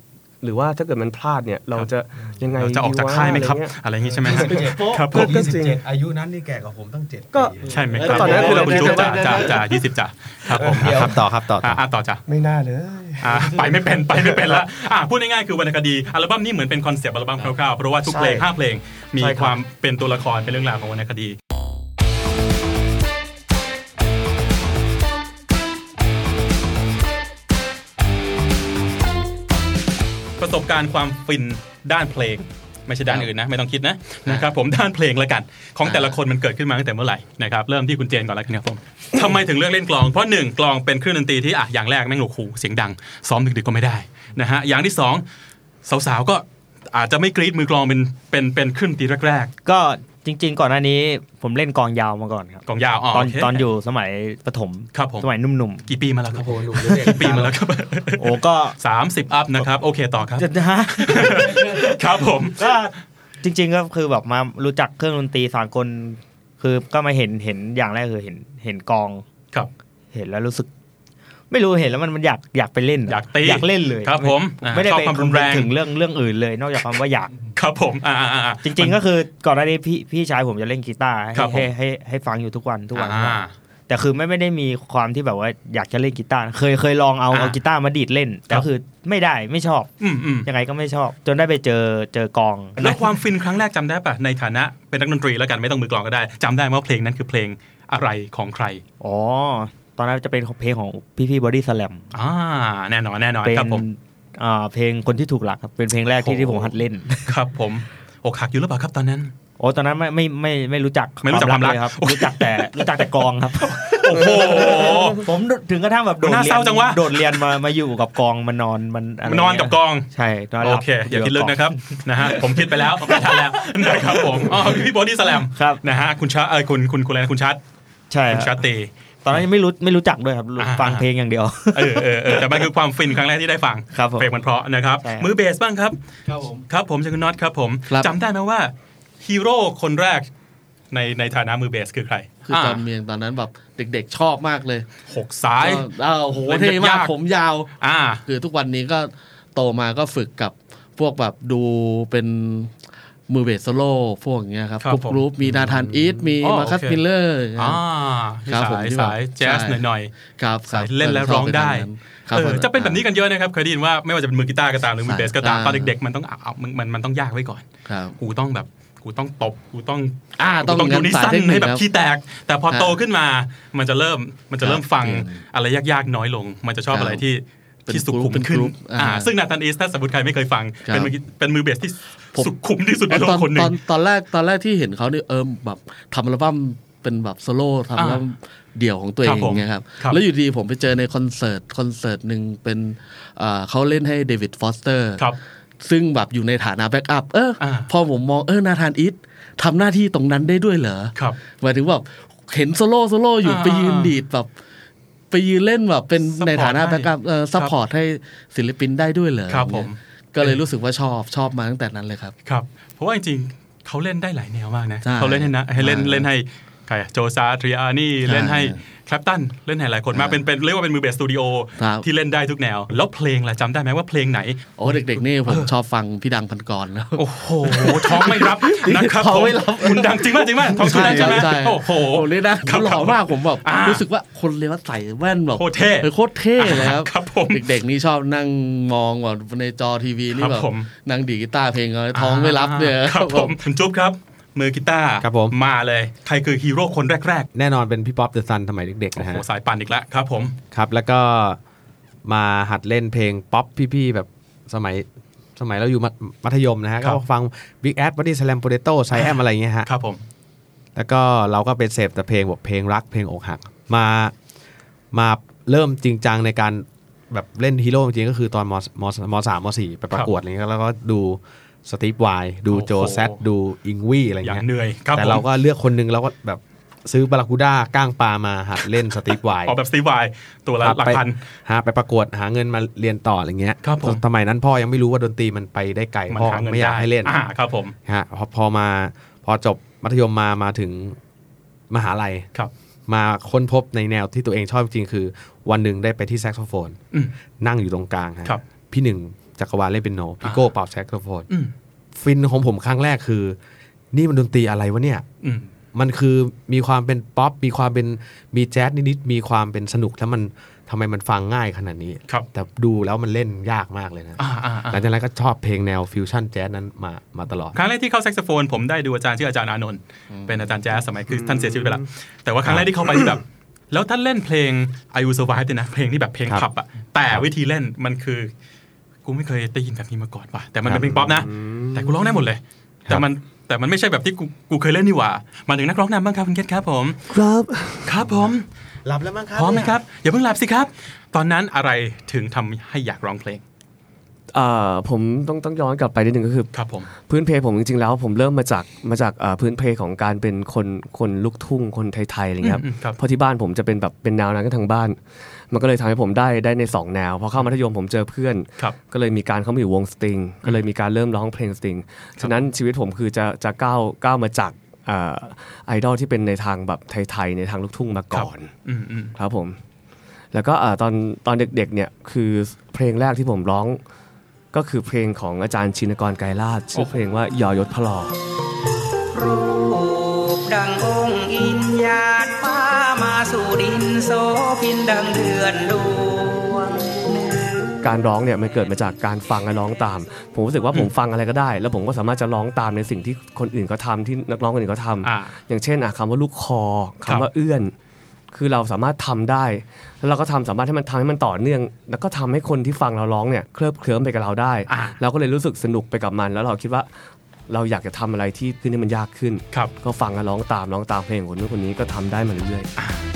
Speaker 7: หรือว่าถ้าเกิดมันพลาดเนี่ยเราจะยังไง
Speaker 2: จะออกจากค่ายไหมครับอะไรอย่างงี้ใช่ไหม
Speaker 4: ครับผมยี่สิบเจ็ดอายุนั้นนี่แก่กว่าผมตั้งเจ็ด
Speaker 2: ก็ใช่ไหมครับ
Speaker 7: ตอนนั้นคือเรา
Speaker 2: คุณจุ๊บจ่าจ่าจ่ายี่สิบจ่าครับผม
Speaker 4: ครับต่อครับต่อ
Speaker 2: อ่าต่อจ้ะ
Speaker 7: ไม่น่าเลย
Speaker 2: อ่าไปไม่เป็นไปไม่เป็นละอ่าพูดง่ายๆคือวรรณคดีอัลบั้มนี้เหมือนเป็นคอนเซปต์อัลบั้มคร่าวๆเพราะว่าทุกเพลงห้าเพลงมีความเป็นตัวละครเป็นเรื่องราวของวรรณคดีประสบการณ์ความฟินด้านเพลงไม่ใช่ด้านอื่นนะไม่ต้องคิดนะนะครับผมด้านเพลงละกันของแต่ละคนมันเกิดขึ้นมาตั้งแต่เมื่อไหร่นะครับเริ่มที่คุณเจนก่อนแล้วกันครับผมทำไมถึงเลือกเล่นกลองเพราะหนึ่งกลองเป็นเครื่องดนตรีที่อ่ะอย่างแรกแม่งหนวกหูเสียงดังซ้อมดึกๆก็ไม่ได้นะฮะอย่างที่สองสาวๆก็อาจจะไม่กรี๊ดมือกลองเป็นเป็นเป็นเครื่องดนตรีแรก
Speaker 5: ๆก็จริงๆก่อนหน้านี้ผมเล่นกลองยาวมาก่อนครับ
Speaker 2: กลองยาวอ๋อ
Speaker 5: ตอนตอนอยู่สมัยประถมสมัยนุ่ม
Speaker 2: ๆกี่ปีมาแล้วครับ
Speaker 4: โอ้โหหนุ่ม
Speaker 2: กี่ปีมาแล้วครับ
Speaker 5: โอ้ก็
Speaker 2: สามสิบอัพนะครับโอเคต่อครับครับผม
Speaker 5: ก็จริงๆก็คือแบบมารู้จักเครื่องดนตรีสากลคือก็มาเห็นเห็นอย่างแรกคือเห็นเห็นกลอง
Speaker 2: ครับ
Speaker 5: เห็นแล้วรู้สึกไม่รู้เห็นแล้วมันมันอยากอยากไปเล่น
Speaker 2: อยากตี
Speaker 5: อยากเล่นเลย
Speaker 2: ครับผม
Speaker 5: ไม่ได้ไปคำนึงถึงเรื่องเรื่องอื่นเลยนอกจากคำว่าอยาก
Speaker 2: ครับผมอ่า
Speaker 5: ๆจริงๆก็คือก่อนหน้านี้พี่พี่ชายผมจะเล่นกีตาร์ให้ให้ให้ฟังอยู่ทุกวันทุกวันแต่คือไม่ไม่ได้มีความที่แบบว่าอยากจะเล่นกีตาร์เคยเคยลองเอาเอากีตาร์มาดีดเล่นแต่คือไม่ได้ไม่ชอบยังไงก็ไม่ชอบจนได้ไปเจอเจอกลอง
Speaker 2: แล้วความฟินครั้งแรกจำได้ป่ะในฐานะเป็นนักดนตรีแล้วกันไม่ต้องมือกลองก็ได้จำได้ว่าเพลงนั้นคือเพลงอะไรของใคร
Speaker 5: อ๋อตอนนั้นจะเป็นเพลงของพี่ๆบอดี้สแลม
Speaker 2: อ่าแน่นอนแน่นอนครับผม
Speaker 5: อ่าเพลงคนที่ถูกหลักครับเป็นเพลงแรกที่ที่ผมหัดเล่น
Speaker 2: ครับผมอกหักอยู่หรือเปล่าครับตอนนั้น
Speaker 5: โอ้ตอนนั้นไม่ไม่ไม่ไม่รู้จัก
Speaker 2: ไม่รู้จักความรัก
Speaker 5: ครับรู้จักแต่รู้จักแต่กลองครับ
Speaker 2: โอ้โห
Speaker 5: ผมถึงกระทั่งแบบโดดเรียนโดดเรียนมามาอยู่กับกลองมานอนมัน
Speaker 2: นอนกับกลอง
Speaker 5: ใช่
Speaker 2: โอเคอย่าคิดลึกนะครับนะฮะผมคิดไปแล้วไม่ทันแล้วนะครับผมอ๋อพี่บอดี้สแลมนะฮะคุณชาเออคุณคุณคุณอะไรคุณชัด
Speaker 5: ใช่
Speaker 2: คุณชัดเต
Speaker 5: ตอนนั้นยังไม่รู้ไม่รู้จักด้วยครับฟังเพลงอย่างเดียว
Speaker 2: เออเออเออแต่มันคือความฟินครั้งแรกที่ได้ฟังเพลงมันเพราะนะครับมือเบสบ้างครับ
Speaker 4: ครับผม
Speaker 2: ครับผมจากคุณน็อตครับผมจำได้ไหมว่าฮีโร่คนแรกในในฐานะมือเบสคือใคร
Speaker 6: คือตอนเมียงตอนนั้นแบบเด็กๆชอบมากเลย
Speaker 2: หกซ้าย
Speaker 6: อ้าวโหเท่มากผมยาวอ่าคือทุกวันนี้ก็โตมาก็ฝึกกับพวกแบบดูเป็นมือเบสโซโล่พวกอย่างเงี้ยครับกรุ๊ปมีนาธานอีทมีมาคัสมิลเลอร์
Speaker 2: อ่าสายสายแจ๊สหน่อย
Speaker 6: ๆครับ
Speaker 2: สายเล่นแล้วร้องได้เออจะเป็นแบบนี้กันเยอะนะครับเคยได้ยินว่าไม่ว่าจะเป็นมือกีตาร์ก็ตามหรือมือเบสก็ตามตอนเด็กๆมันต้องเอามันมันต้องยากไว้ก่อนกูต้องแบบกูต้องตบกูต้อง
Speaker 6: อ่า
Speaker 2: ต้องดูนิสันให้แบบขี้แตกแต่พอโตขึ้นมามันจะเริ่มมันจะเริ่มฟังอะไรยากๆน้อยลงมันจะชอบอะไรที่ที่สุขุมขึ้นอ่าซึ่งนาธานอีสถ้าสมมติใครไม่เคยฟังเป็นมือเป็นมือเบสที่สุขุมที่สุดในโลกคนนึง
Speaker 6: ตอนตอนแรกตอนแรกที่เห็นเขาเนี่ยเออแบบทำอัลบั้มเป็นแบบโซโล่ทำอัลบั้มเดี่ยวของตัวเองอย่างเงี้ยครับแล้วอยู่ดีผมไปเจอในคอนเสิร์ตคอนเสิร์ตนึงเป็นอ่าเขาเล่นให้เดวิดฟอสเตอร์ซึ่งแบบอยู่ในฐานะแบ็กอัพเออพอผมมองเออนาธานอีททำหน้าที่ตรงนั้นได้ด้วยเหรอหมายถึงแบบเห็นโซโล่โซโล่อยู่ไปยืนดีดแบบไปยืนเล่นแบบเป็นในฐานะแบ็กอัพเอ่อซัพพอร์ตให้ศิลปินได้ด้วยเหรอ
Speaker 2: ครับผม
Speaker 6: ก็เลยรู้สึกว่าชอบชอบมาตั้งแต่นั้นเลยครับ
Speaker 2: ครับเพราะว่าจริงๆเขาเล่นได้หลายแนวมากนะเขาเล่นให้นะให้เล่นเล่นให้ใครโจซาทริอานี่เล่นให้แคลปตันเล่นให้หลายคนมากเป็นเป็นเรียกว่าเป็นมือเบสสตูดิโอที่เล่นได้ทุกแนวแล้วเพลงล่ะจำได้ไหมว่าเพลงไหน
Speaker 6: โอ้เด็กๆนี่ผมชอบฟังพี่ดังพันกรแล้ว
Speaker 2: โอ้โหท้องไม่รับนะครับผมคุณดังจริงมากจริงมากท้องคุณดังใช่ไหมโอ้โห
Speaker 6: เลยนะหล่อมากผมแบบรู้สึกว่าคนเรียกว่าใส่แว่นแบบ
Speaker 2: โคตรเท่
Speaker 6: โคตรเท่เลยครับเด็กๆนี่ชอบนั่งมองแบบในจอทีวีนี่แบบนั่งดีกีตาร์เพลงท้องไม่รับเนี่ย
Speaker 2: ครับผมคุณจุ๊บครับมือกีตาร์มาเลยใครคือฮีโร่คนแรก
Speaker 4: ๆแน่นอนเป็นพี่ป๊อปเดอะซันสมัยเด็กๆนะฮะ
Speaker 2: สายปั่นอีกแล้วครับผม
Speaker 4: ครับแล้วก็มาหัดเล่นเพลงป๊อปพี่ๆแบบสมัยสมัยเราอยู่มัธยมนะฮะก็ฟัง Big Ass Body Slam Potato ไซแอมอะไรอย่างเงี้ยฮะ
Speaker 2: ครับผม
Speaker 4: แล้วก็เราก็เป็นเสพแต่เพลงแบบเพลงรักเพลงอกหักมามาเริ่มจริงจังในการแบบเล่นฮีโร่จริงๆก็คือตอนมมมสามมสี่ไปประกวดอะไรเงี้ยแล้วก็ดูสตีฟไวดูโจแซดดูอิงวี่อะไรเงี้ย
Speaker 2: เหนื่อย
Speaker 4: แต่เราก็เลือกคนนึงเราก็แบบซื้อบาราคูด้าก้างปลามาหัดเล่นสตีฟไว
Speaker 2: ออกแบบสตีฟไวตัวละหลักพัน
Speaker 4: หาไปประกวดหาเงินมาเรียนต่ออะไรเงี้ยสมัยนั้นพ่อยังไม่รู้ว่าดนตรีมันไปได้ไกลพ่อไม่อยากให้เล่น
Speaker 2: ครับผม
Speaker 4: ฮะพอพอมาพอจบมัธยมมามาถึงมหาลัยมาค้นพบในแนวที่ตัวเองชอบจริงๆคือวันหนึ่งได้ไปที่แซกโซโฟนนั่งอยู่ตรงกลางฮะพี่หนึ่งจักรวาลเล่นเปียโนพี่โก้เป่าแซกโซโฟนฟินของผมครั้งแรกคือนี่มันดนตรีอะไรวะเนี่ยมันคือมีความเป็นป๊อปมีความเป็นมีแจ๊สนิดๆมีความเป็นสนุกแล้วมันทำไมมันฟังง่ายขนาดนี้แต่ดูแล้วมันเล่นยากมากเลยนะหลังจากนั้นก็ชอบเพลงแนวฟิวชั่นแจ๊สนั้นมามาตลอด
Speaker 2: ครั้งแรกที่เข้าแซกโซโฟนผมได้ดูอาจารย์ชื่ออาจารย์อานนท์เป็นอาจารย์แจ๊สสมัยคือท่านเสียชีวิตไปแล้วแต่ว่าครั้งแรกที่เข้าไปที่แบบแล้วท่านเล่นเพลง I Will Survive ด้วยนะเพลงที่แบบเพลงขับอะแต่วิธีเล่นมันคือกูไม่เคยได้ยินแบบนี้มาก่อนว่ะแต่มันเป็นเพลงป๊อปนะแต่กูร้องได้หมดเลยแต่มันแต่มันไม่ใช่แบบที่กูกูเคยเล่นนี่หว่ามาถึงนักร้องนำบ้างครับคุณเกศครับผม
Speaker 3: ครับ
Speaker 2: ครับผม
Speaker 4: หลับแล้วมั้งครับ
Speaker 2: พร้อมไหมครับอย่าเพิ่งหลับสิครับตอนนั้นอะไรถึงทำให้อยากร้องเพลง
Speaker 3: อ่าผมต้องต้องย้อนกลับไปนิดนึงก็คือ
Speaker 2: ครับผม
Speaker 3: พื้นเพผมจริงๆแล้วผมเริ่มมาจากมาจากพื้นเพของการเป็นคนคนลูกทุ่งคนไทยๆอะไรเงี้ยครับเพราะที่บ้านผมจะเป็นแบบเป็นแนวนั้นกันทั้งบ้านมันก็เลยทำให้ผมได้ได้ในสองแนวพอเข้ามัธยมผมเจอเพื่อนก็เลยมีการเข้ามาอยู่วงสตริงก็เลยมีการเริ่มร้องเพลงสตริงฉะนั้นชีวิตผมคือจะจะก้าวก้าวมาจากไอดอลที่เป็นในทางแบบไทยๆในทางลูกทุ่งมาก่อนครับผมแล้วก็ตอนตอนเด็กๆเนี่ยคือเพลงแรกที่ผมร้องก็คือเพลงของอาจารย์ชินกรไกรลาภชื่อเพลงว่ายอยศพลอ
Speaker 8: รูปดังองค์อินญาติฟ้ามาสู่ดินโสพินดังเดือนดวง
Speaker 3: การร้องเนี่ยมันเกิดมาจากการฟังและร้องตามผมรู้สึกว่าผมฟังอะไรก็ได้แล้วผมก็สามารถจะร้องตามในสิ่งที่คนอื่นเขาทำที่นักร้องคนอื่นเขาทำอย่างเช่นคำว่าลูกคอคำว่าเอื้อนคือเราสามารถทำได้แล้วเราก็ทำสามารถให้มันทำให้มันต่อเนื่องแล้วก็ทำให้คนที่ฟังเราร้องเนี่ยเคลิบเคลิ้มไปกับเราได้เราก็เลยรู้สึกสนุกไปกับมันแล้วเราคิดว่าเราอยากจะทำอะไรที่ขึ้นให้มันยากขึ้นก็ฟังและร้องตามร้องตามเพลงคนนู้นคนนี้ก็ทำได้มาเรื่อย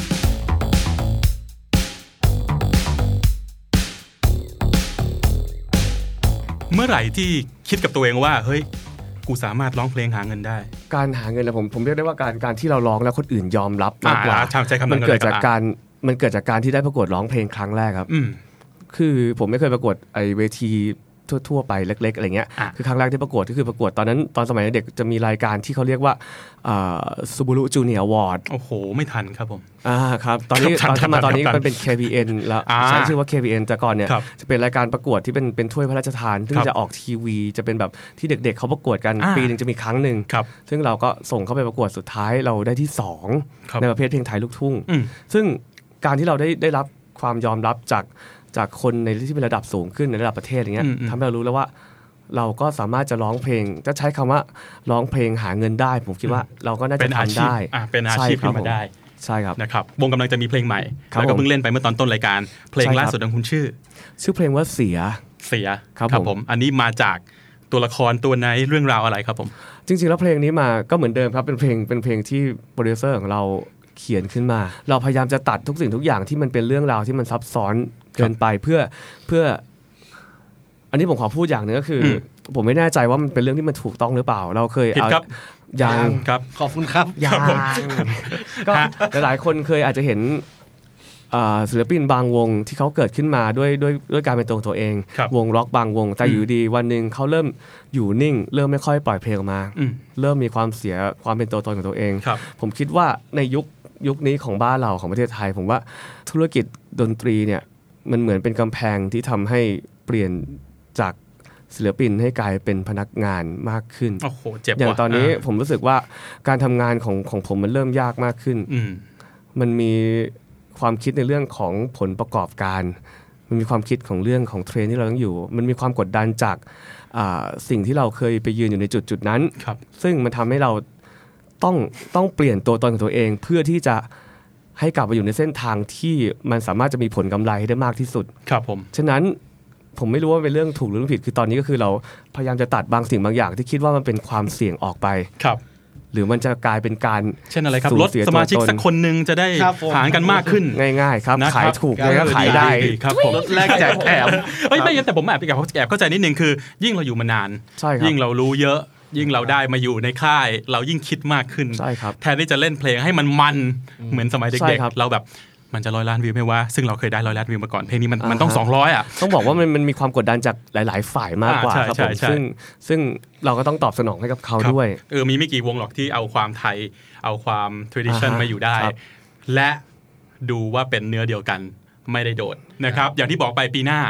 Speaker 2: ๆเมื่อไหร่ที่คิดกับตัวเองว่าเฮ้ยกูสามารถร้องเพลงหาเงินได้
Speaker 3: การหาเงินนะผมผมเรียกได้ว่าการการที่เราร้องแล้วคนอื่นยอมรับมากกว่ามันเกิดจากการมันเกิดจากการที่ได้ประกวดร้องเพลงครั้งแรกครับคือผมไม่เคยประกวดไอเวทีทั่วๆไปเล็กๆอะไรเงี้ยคือครั้งแรกที่ประกวดก็คือประกวดตอนนั้นตอนสมัยเด็กจะมีรายการที่เขาเรียกว่าซูบูรุจูเนียร์อวอร์ด
Speaker 2: โอ้โหไม่ทันครับผม
Speaker 3: อ่าครับตอนนี้ตอนที่มาตอนนี้มันเป็น เค พี เอ็น แล้วใช้ชื่อว่า เค พี เอ็น แต่ก่อนเนี่ยจะเป็นรายการประกวดที่เป็นเป็นถ้วยพระราชทานซึ่งจะออกทีวีจะเป็นแบบที่เด็กๆเขาประกวดกันปีนึงจะมีครั้งนึงซึ่งเราก็ส่งเข้าไปประกวดสุดท้ายเราได้ที่สองในประเภทเพลงไทยลูกทุ่งซึ่งการที่เราได้ได้รับความยอมรับจากจากคนในที่เป็นระดับสูงขึ้นในระดับประเทศอย่างเงี้ยทำให้เรารู้แล้วว่าเราก็สามารถจะร้องเพลงจะใช้คำว่าร้องเพลงหาเงินได้ผมคิดว่าเราก็น่าจะทำได้
Speaker 2: เป็นอาชีพขึ้นมาได้
Speaker 3: ใช่ครับ
Speaker 2: นะครับวงกำลังจะมีเพลงใหม่แล้วก็เพิ่งเล่นไปเมื่อตอนต้นรายการเพลงล่าสุดของคุณชื่อ
Speaker 3: ชื่อเพลงว่าเสีย
Speaker 2: เสียครับผมอันนี้มาจากตัวละครตัวไหนเรื่องราวอะไรครับผม
Speaker 3: จริงๆแล้วเพลงนี้มาก็เหมือนเดิมครับเป็นเพลงเป็นเพลงที่โปรดิวเซอร์ของเราเขียนขึ้นมาเราพยายามจะตัดทุกสิ่งทุกอย่างที่มันเป็นเรื่องราวที่มันซับซ้อนเกินไปเพื่อเพื่ออันนี้ผมขอพูดอย่างนึงก็คือผมไม่แน่ใจว่ามันเป็นเรื่องที่มันถูกต้องหรือเปล่าเราเคย
Speaker 2: เอา
Speaker 3: ยัง
Speaker 2: ครับขอบคุณครับ
Speaker 3: ยังก็หลายๆคนเคยอาจจะเห็นศิลปินบางวงที่เขาเกิดขึ้นมาด้วยด้วยด้วยการเป็นตัวตัวเองวงร็อกบางวงแต่อยู่ดีวันนึงเขาเริ่มอยู่นิ่งเริ่มไม่ค่อยปล่อยเพลงออกมาเริ่มมีความเสียความเป็นตัวตนของตัวเองผมคิดว่าในยุคยุคนี้ของบ้านเราของประเทศไทยผมว่าธุรกิจดนตรีเนี่ยมันเหมือนเป็นกำแพงที่ทำให้เปลี่ยนจากศิลปินให้กลายเป็นพนักงานมากขึ้น
Speaker 2: โอ้โหเจ็บ
Speaker 3: อย่างตอนนี้ผมรู้สึกว่าการทำงานของของผมมันเริ่มยากมากขึ้นมันมีความคิดในเรื่องของผลประกอบการมันมีความคิดของเรื่องของเทรนด์ที่เราต้องอยู่มันมีความกดดันจากสิ่งที่เราเคยไปยืนอยู่ในจุดจุดนั้นซึ่งมันทำให้เราต้องต้องเปลี่ยนตัวตนของตัวเองเพื่อที่จะให้กลับมาอยู่ในเส้นทางที่มันสามารถจะมีผลกำไรให้ได้มากที่สุด
Speaker 2: ครับผม
Speaker 3: ฉะนั้นผมไม่รู้ว่าเป็นเรื่องถูกหรือผิดคือตอนนี้ก็คือเราพยายามจะตัดบางสิ่งบางอย่างที่คิดว่ามันเป็นความเสี่ยงออกไป
Speaker 2: ครับ
Speaker 3: หรือมันจะกลายเป็นการ
Speaker 2: เช่นอะไรครับลดสมาชิกสักคนนึงจะได้หารกันมากขึ้น
Speaker 3: ง่ายๆครับขายถูกแล้วก็ขายได้
Speaker 2: ครับผมลดแลกแจกแถมเฮ้ยไม่แต่ผมแอบแอบเข้าใจนิดนึงคือยิ่งเราอยู่มานานยิ่งเรารู้เยอะยิ่งเราได้มาอยู่ในค่ายเรายิ่งคิดมากขึ้นแทนที่จะเล่นเพลงให้มันมันเหมือนสมัยเด็กๆเราแบบมันจะร้อยล้านวิวไหมวะซึ่งเราเคยได้ร้อยล้านวิวมาก่อนเพลงนี้มันมันต้องสองร้อยอ่ะ
Speaker 3: ต้องบอกว่ามันมันมีความกดดันจากหลายๆฝ่ายมากกว่าครับผมซึ่งซึ่งเราก็ต้องตอบสนองให้กับเขาด้วย
Speaker 2: เออมีไม่กี่วงหรอกที่เอาความไทยเอาความ tradition มาอยู่ได้และดูว่าเป็นเนื้อเดียวกันไม่ได้โดดนะครับอย่างที่บอกไปปีหน้า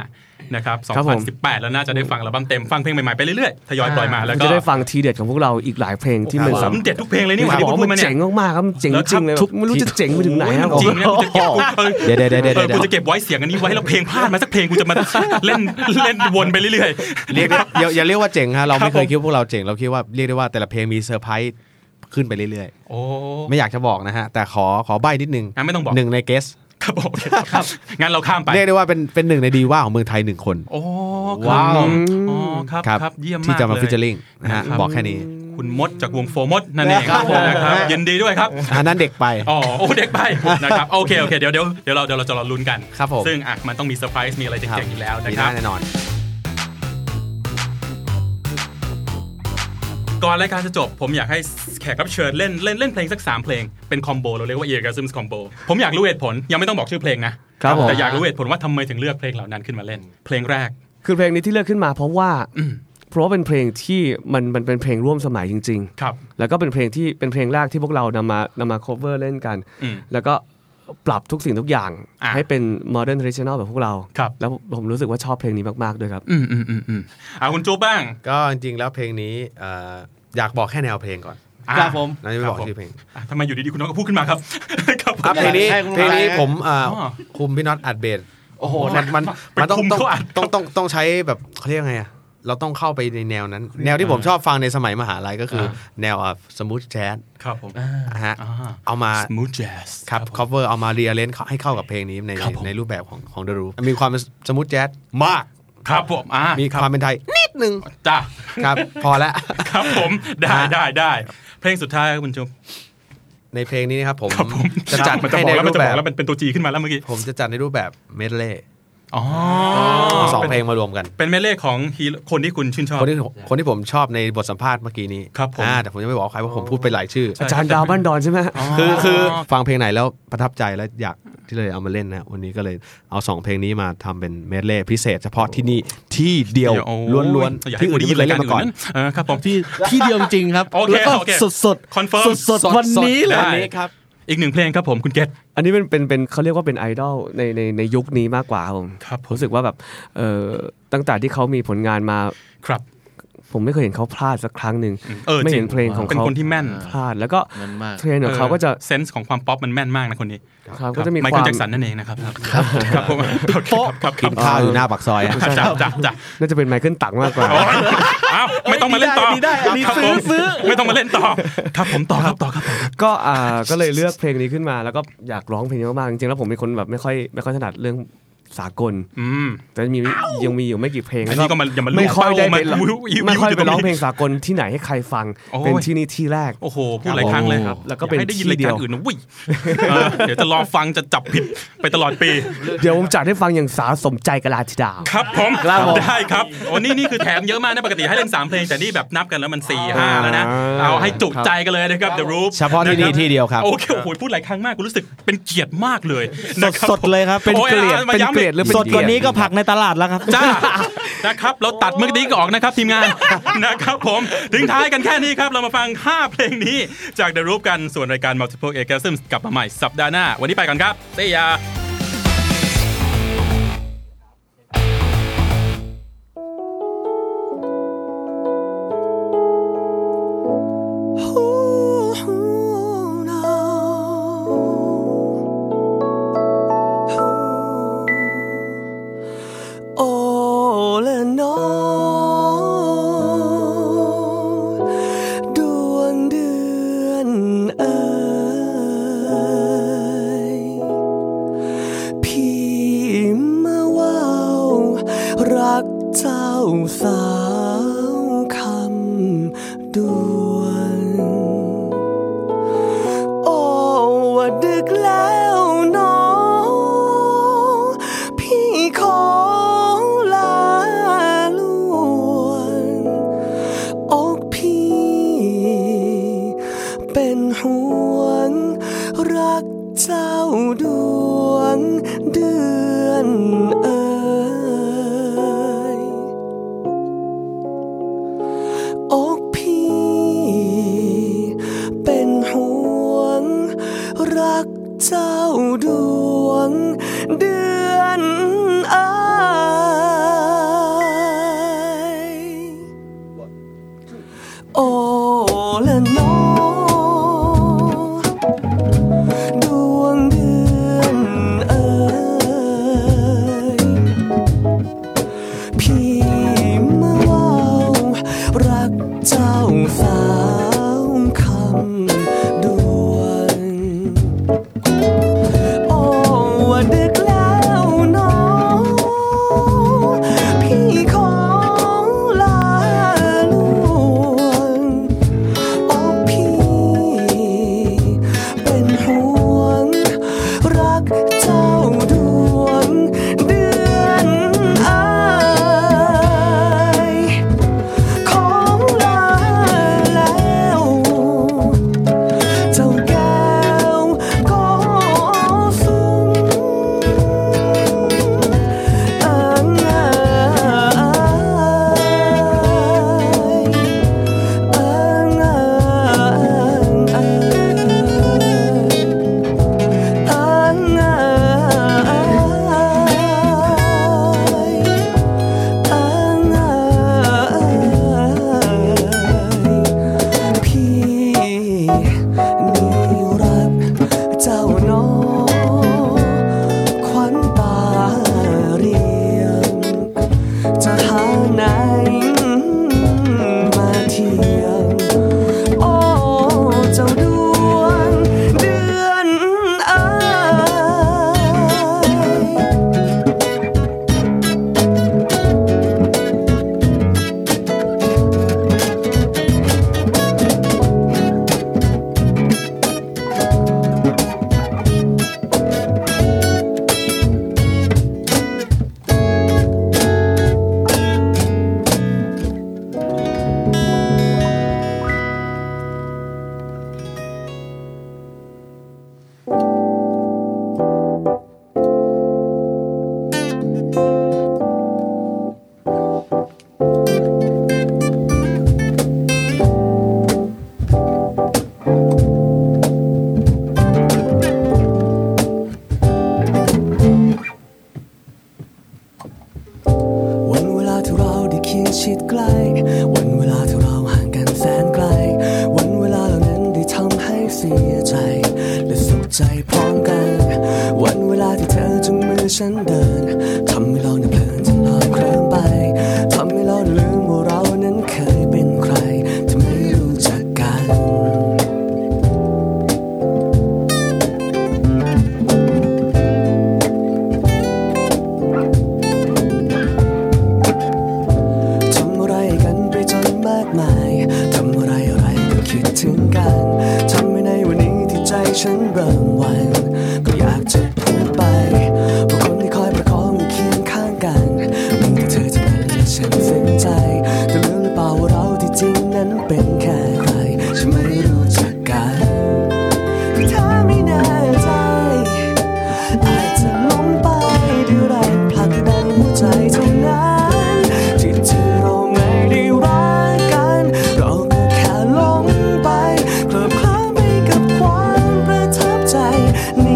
Speaker 2: นะครับสองพันสิบแปดแล้วน่าจะได้ฟังอัลบั้มเต็มฟังเพลงใหม่ๆไปเรื่อยๆทยอยปล่อยมาแล้วก็
Speaker 3: จะได้ฟังทีเด็ดของพวกเราอีกหลายเพลงที่มันสำ
Speaker 2: เด็ดทุกเพลงเลยนี่หว่าที่พูดมาเนี่ย
Speaker 3: เจ๋งมากๆครับเจ๋งจริงเลยไม่รู้จะเจ๋งไปถึงไหนครับ
Speaker 2: จริงนะกูจะเก็บ
Speaker 4: เดี๋ยวๆๆๆ
Speaker 2: กูจะเก็บไว้เสียงอันนี้ไว้แล้วเพลงพลาดมาสักเพลงกูจะมาเล่นเล่นวนไปเรื่อย
Speaker 4: ๆเรียกอย่าอย่าเรียกว่าเจ๋งฮะเราไม่เคยคิดว่าพวกเราเจ๋งเราคิดว่าเรียกได้ว่าแต่ละเพลงมีเซอร์ไพรส์ขึ้นไปเรื่อยๆโอ้ไม่อยากจะบอกนะฮะแต่ขอขอใบ้นิดนึง
Speaker 2: ไม่ต้องบอก
Speaker 4: หนึ่งในเกส
Speaker 2: ครับผมครับงั้นเราข้ามไป
Speaker 4: เรียกได้ว่าเป็นเป็นหนึ่งในดีว่าของเมืองไทยหนึ่งคน
Speaker 2: โอ้ว้าวอ๋อครับครับเยี่ยมมาก
Speaker 4: ที่จะมาฟีเจอริ่งนะฮะบอกแค่นี้
Speaker 2: คุณมดจากวงโฟมดนั่นเองครับนะครับยินดีด้วยครับ
Speaker 4: อันนั้นเด็กไป
Speaker 2: อ๋อโอ้เด็กไปนะครับโอเคโอเคเดี๋ยวเดี๋ยวเดี๋ยวเราเดี๋ยวเราจะรอลุ้นกัน
Speaker 4: ครับผม
Speaker 2: ซึ่งอ่ะมันต้องมีเซอร์ไพรส์มีอะไรเจ๋งๆอยู่แล้วนะครับ
Speaker 4: แน่นอน
Speaker 2: ก่อนรายการจะจบผมอยากให้แขกรับเชิญเล่นเล่นเล่นเพลงสักสามเพลงเป็นคอมโบเราเรียกว่า Eargasms Combo ผมอยากรู้เหตุผลยังไม่ต้องบอกชื่อเพลงนะแต่อยากรู้เหตุผลว่าทำไมถึงเลือกเพลงเหล่านั้นขึ้นมาเล่นเพลงแรก
Speaker 3: คือเพลงนี้ที่เลือกขึ้นมาเพราะว่าเพราะว่าเป็นเพลงที่มันมันเป็นเพลงร่วมสมัยจริง
Speaker 2: ๆครับ
Speaker 3: แล้วก็เป็นเพลงที่เป็นเพลงแรกที่พวกเรานำมานำมา cover เล่นกันแล้วก็ปรับทุกสิ่งทุกอย่างให้เป็น modern traditional แบบพวกเราแล้วผมรู้สึกว่าชอบเพลงนี้มากๆด้วยครับ
Speaker 2: อืมอืมอืมอืมอ่ะคุณจูบ้าง
Speaker 4: ก็จริงๆแล้วเพลงนี้อยากบอกแค่แนวเพลงก่อน
Speaker 2: ครับผม
Speaker 4: เราจะไม่บอกชื่อเพลง
Speaker 2: ทำไมอยู่ดีๆคุณน้องก็พูดขึ้นมาครับ
Speaker 4: ครับเพลงนี้เพลงนี้ผมคุมพี่น็อตอัดเบสโอ้โหมันมันมันต้องต้องต้องต้องใช้แบบเขาเรียกไงอะเราต้องเข้าไปในแนวนั้นแนวที่ผมชอบฟังในสมัยมหาลัยก็คือแนวอ่ะสมูทแจ๊ส
Speaker 2: ครับผม
Speaker 4: ฮะเอามา
Speaker 2: สมูทแจ๊ส
Speaker 4: ครับ cover เอามาเรียร์เรนจ์ให้เข้ากับเพลงนี้ในในรูปแบบของของ The Roof มีความสมูทแจ๊สมาก
Speaker 2: ครับผม
Speaker 4: มีความเป็นไทยนิดนึง
Speaker 2: จ้ะ
Speaker 4: ครับพอแล้ว
Speaker 2: ครับผมได้ได้ได้เพลงสุดท้ายคุณจุ๊บ
Speaker 4: ในเพลงนี้นะครับผม
Speaker 2: จะจัดให้ในรูปแบบแล้วเป็นตัวจีขึ้นมาแล้วเมื่อกี้
Speaker 4: ผมจะจัดในรูปแบบเมดเล่
Speaker 2: อ๋อ
Speaker 4: สองเพลงมารวมกัน
Speaker 2: เป็นเมดเล่ของคนที่คุณชื่นชอบ
Speaker 4: คนที่คนที่ผมชอบในบทสัมภาษณ์เมื่อกี้นี้
Speaker 2: ครับผม
Speaker 4: แต่ผมยังไม่บอกใครเพราะผมพูดไปหลายชื่อ
Speaker 3: อาจารย์ดาวบ้านดอนใช่ไหม
Speaker 4: คือคือฟังเพลงไหนแล้วประทับใจแล้วอยากที่เลยเอามาเล่นนะวันนี้ก็เลยเอาสองเพลงนี้มาทำเป็นเมดเล่พิเศษเฉพาะที่นี่ที่เดียวล้วนๆที่อื่นไม่เคยเล่นมาก่อน
Speaker 2: ครับผม
Speaker 6: ที่ที่เดียวจริงครับแล้วก็สด
Speaker 2: ๆคอนเฟิร์ม
Speaker 6: สดๆวันนี้เลย
Speaker 2: ครับอีกหนึ่งเพลงครับผมคุณเกต
Speaker 3: อันนี้เป็นเป็นเป็นเขาเรียกว่าเป็นไอดอลในในในยุคนี้มากกว่าผม
Speaker 2: ครับ
Speaker 3: รู้สึกว่าแบบเอ่อตั้งแต่ที่เขามีผลงานมา
Speaker 2: ครับ
Speaker 3: ผมไม่เคยเห็นเขาพลาดสักครั้งหนึ่งไม่เห็นเพลงของเขา
Speaker 2: เป็นคนที่แม่น
Speaker 3: พลาดแล้วก็เพลงของเขาก็จะ
Speaker 2: เซนส์ของความป๊อปมันแม่นมากนะคนนี้
Speaker 3: ครับก็จะมี
Speaker 2: ความไมเคิลแจ็คสันนั่นเองนะครับ
Speaker 3: ครับ
Speaker 2: ครับผม
Speaker 4: ครับกินข้าวอยู่หน้าปากซอย
Speaker 2: จ้ะจ้ะจ้ะ
Speaker 3: น่าจะเป็นไมเคิลตังมากกว่า
Speaker 2: อ้าวไม่ต้องมาเล่นต่อ
Speaker 6: ครับผม
Speaker 2: ไม่ต้องมาเล่นต่อครับผมต่อครับต่อครับ
Speaker 3: ก็อ่าก็เลยเลือกเพลงนี้ขึ้นมาแล้วก็อยากร้องเพลงนี้มากๆจริงๆแล้วผมเป็นคนแบบไม่ค่อยไม่ค่อยถนัดเรื่องสากลแต่มียังมีอยู่ไม่กี่เพลง
Speaker 2: แล้วก็
Speaker 3: ไม่ค่อยได้ไปไม่ค่อยไปร้องเพลงสากลที่ไหนให้ใครฟังเป็นที่นี่ที่แรก
Speaker 2: โอ้โหพูดหลายครั้งเลยครับ
Speaker 3: แล้วก็เป็น
Speaker 2: ที่เดียวอื่นนะวิ่งเดี๋ยวจะรอฟังจะจับผิดไปตลอดปี
Speaker 3: เดี๋ยวผมจัดให้ฟังอย่างสาสมใจกะลาธิดา
Speaker 2: ครับผมได้ครับโอ้นี่นี่คือแถมเยอะมากนะปกติให้เล่นสามเพลงแต่นี่แบบนับกันแล้วมันสี่ห้าแล้วนะเอาให้จุใจกันเลยนะครับ The Roof
Speaker 4: เฉพาะที่นี่ที่เดียวครับ
Speaker 2: โอเคโอ้โหพูดหลายครั้งมากกูรู้สึกเป็นเกียรติมากเลย
Speaker 3: สดเลยครับเป็นเกียรติเป็นเกียรติหรือเป็น
Speaker 6: สดกว่านี้ก็ผักในตลาดแล้วครับ
Speaker 2: จ้านะครับเราตัดเมื่อกี้ออกนะครับทีมงานนะครับผมทิ้งท้ายกันแค่นี้ครับเรามาฟังห้าเพลงนี้จาก The Roof กันส่วนรายการ Multiple Orgasms กลับมาใหม่สัปดาห์หน้าวันนี้ไปก่อนครับ See ya
Speaker 3: สาวคำด่วนโอ้ว่าดึกแล้วน้องพี่ขอลาล้วนอกพี่เป็นห่วงรักเจ้าดวงเดือนเอ๋อกพี่เป็นห่วงรักเจ้าดวงเดือนเอ๋ยโอ้ละน้อดวงเดือนเอ่ยพี่มาว่ารักเจ้าสาวคำดวงโอ้ว่าดึกแล้วน้อพี่ขอลาลวงโอ้พี่เป็นห่วงรักเจ้าดวงเดือนเอ่ยขอลาแล้วเจ้าแก้วก็สูงเอิงเอ่ยเอิงเอ่ยเอิงเอ่ยเอิงเอ่ยพี่นี่รักเจ้าน้อขวัญตาเรียมจะหาไหนมาเทียมโอ้เจ้าดวงเดือนเอ่ยวันเวลาที่เราได้เคียงชิดใกล้วันเวลาที่เราห่างกันแสนไกลวันเวลาเหล่านั้นได้ทำให้เสียใจและสุขใจพร้อมกันวันเวลาที่เธอจุงมือฉันเดินทำให้เราเนี่ยเพลินจนลอยเคลิ้มไปทำให้เราลืมว่าเรานั้นเคยเป็นใครที่ไม่รู้จักกันทำอะไรกันไปจนมากมายทำอะไรอะไรก็คิดถึงกันทำให้ในวันนี้ที่ใจฉันเริ่มหวั่นก็อยากจะพูดไปว่าคนที่คอยประคองอยู่เคียงข้างกันมีแต่เธอเท่านั้นและฉันซึ้งใจแต่ลืมหรือเปล่าว่าเราที่จริงนั้นเป็นแค่ใครฉันไม่รู้จักกันถ้าไม่แน่ใจอาจจะล้มไปด้วยแรงผลักดันหัวใจเท่านั้นที่จริงเราไม่ได้รักกันเราก็แค่หลงไปเคลิ้มเคลิ้มไปกับความประทับใจใน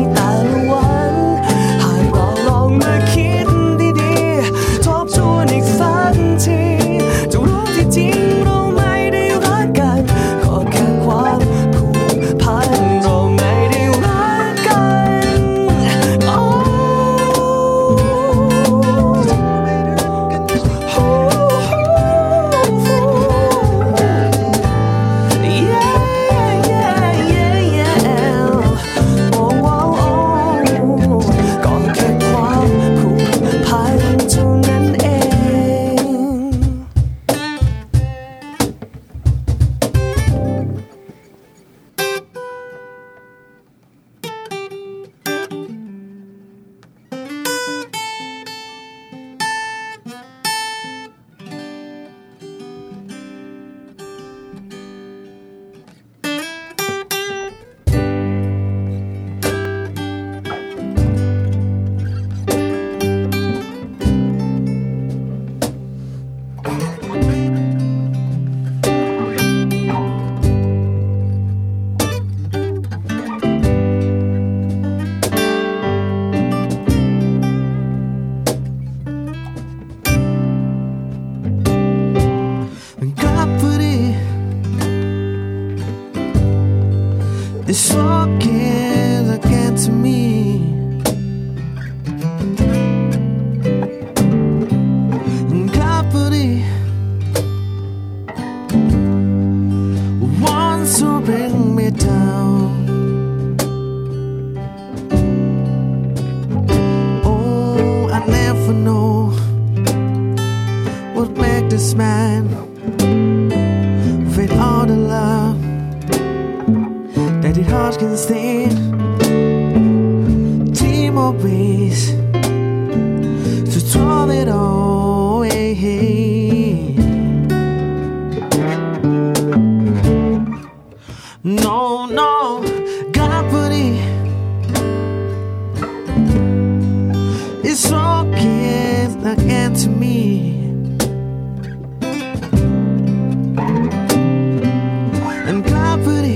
Speaker 3: It's walking again to me. Gravity wants to bring me down. Oh, I never know what make this man with all the love that his heart can stand. Team of ways to throw it all away. No, no, gravity is walking again to me. And gravity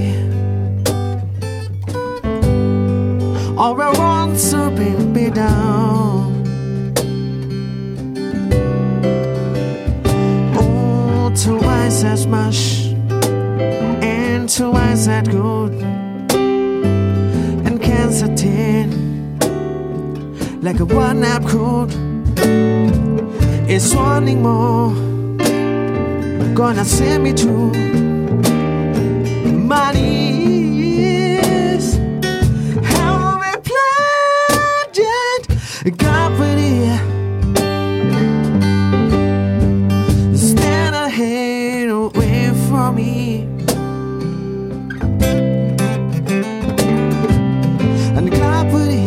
Speaker 3: all I want to bring me down. Oh, twice as much and twice that good, and cancer tin like a one-up coat. It's wanting more, gonna send me to my knees. How we planned it, gravity stand ahead away from me. And gravity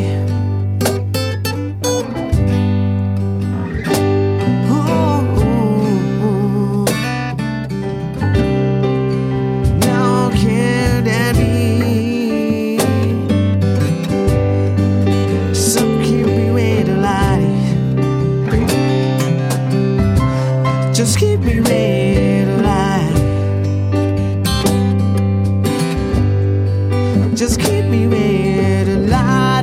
Speaker 3: just keep me red alive. Just keep me red alive.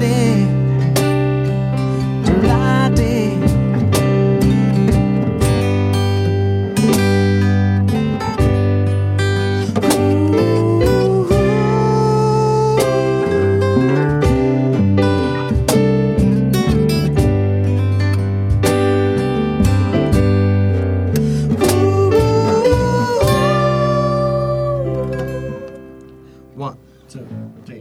Speaker 3: One, two, three.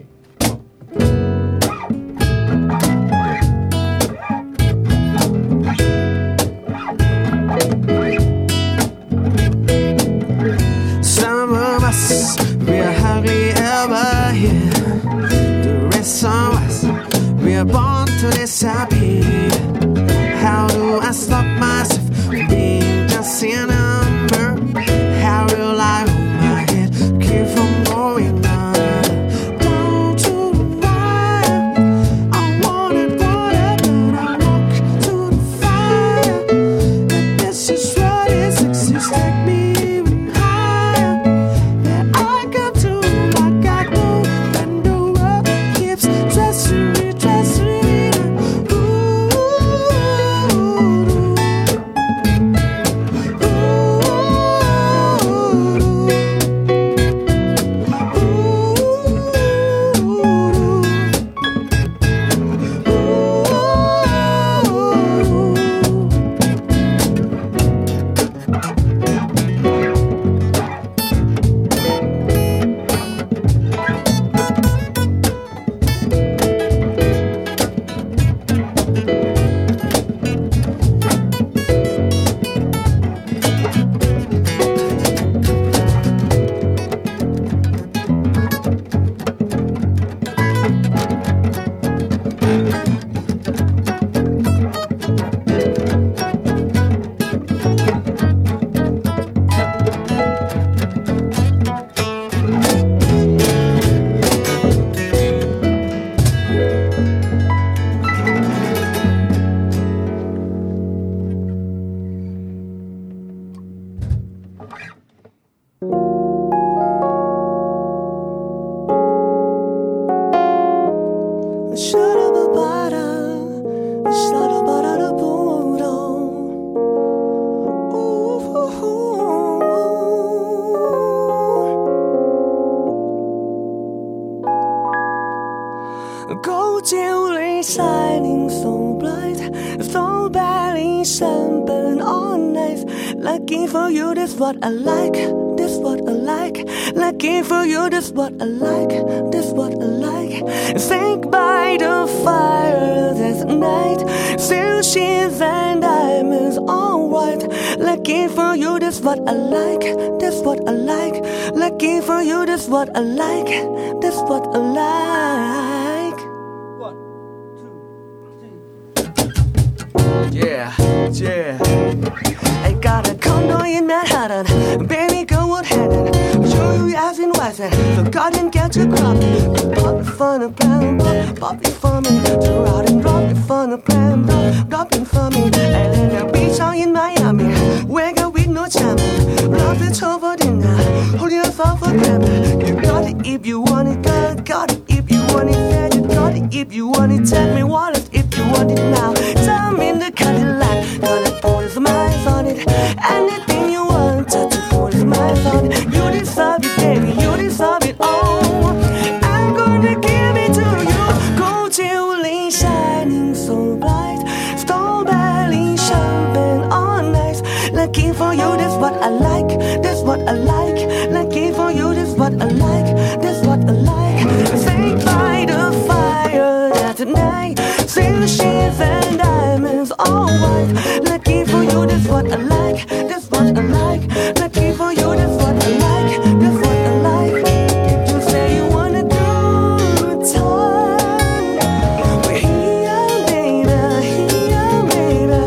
Speaker 3: Some of us, we are hardly ever here. The rest of us, we are born to disappear. How do I stop myself from being just a number? How will I hold my head, keep from going on? Ooh. jewelry shining so bright, so barely sunburn all night. Lucky for you, that's what I like, that's what I like. Lucky for you, that's what I like, that's what I like. Think by the fire that night, silk sheets and diamonds all white. Lucky for you, that's what I like, that's what I like. Lucky for you, that's what I like, that's what I like. One, two, three. Yeah, yeah. I got a condo in Manhattan, baby girl, what happened? Show you ass in Weston, so God didn't get you crop. Pop it for the plan, pop it for me. Turn around and drop it for the plan, drop it for me. I live in a beach out in Miami, wake up with no charmer. Love it over dinner, hold yourself for granted. You got it if you want it, girl, got it if you want it. Yeah, you got it if you want it. Tell me what it if you want it now. Tell me in the Cadillac, gonna put some eyes on it. Anything you want, just to put some eyes on it. You deserve it, baby, you deserve it all. I'm gonna give it to you. Gold jewelry shining so bright, strawberry champagne all night. Lucky for you, that's what I like, that's what I like. Lucky for you, that's what I like, that's what I like. Think by the fire that night, silk sheets and diamonds all white. Lucky for you, that's what I like, that's what I like. Lucky for you, that's what I like, that's what I like. You say you want a good time, we're here, baby, here, baby.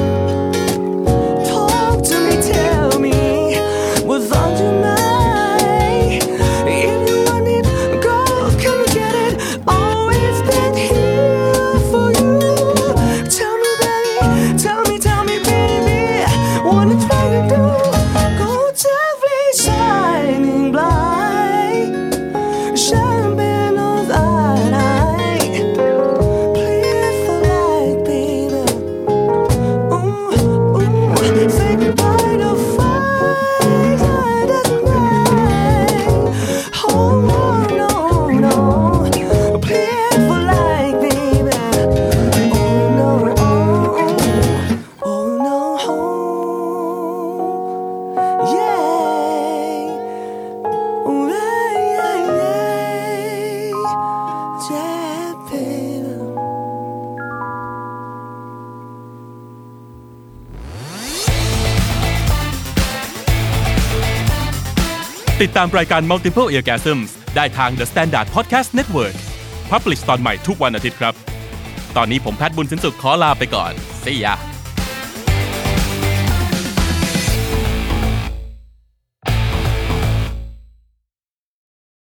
Speaker 3: Talk to me, tell me what's on your mind. If you want it, girl, come and get it. Always been here for you. Tell me, baby, tell me, tell me, baby, what I'm trying to do. Gold jewelry shining bright, champagne all night. Please for light, baby. Ooh, ooh, say goodbye to fire that night. Oh, no, no, please for light, baby. Oh, no, oh, oh, no, oh, yeah. Oh, yeah, yeah, yeah, yeah, baby.
Speaker 2: ติดตามรายการ Multiple Orgasms ได้ทาง The Standard Podcast Network Publish ตอนใหม่ทุกวันอาทิตย์ครับ ตอนนี้ผมแพทย์บุญสินสุขขอลาไปก่อน See ya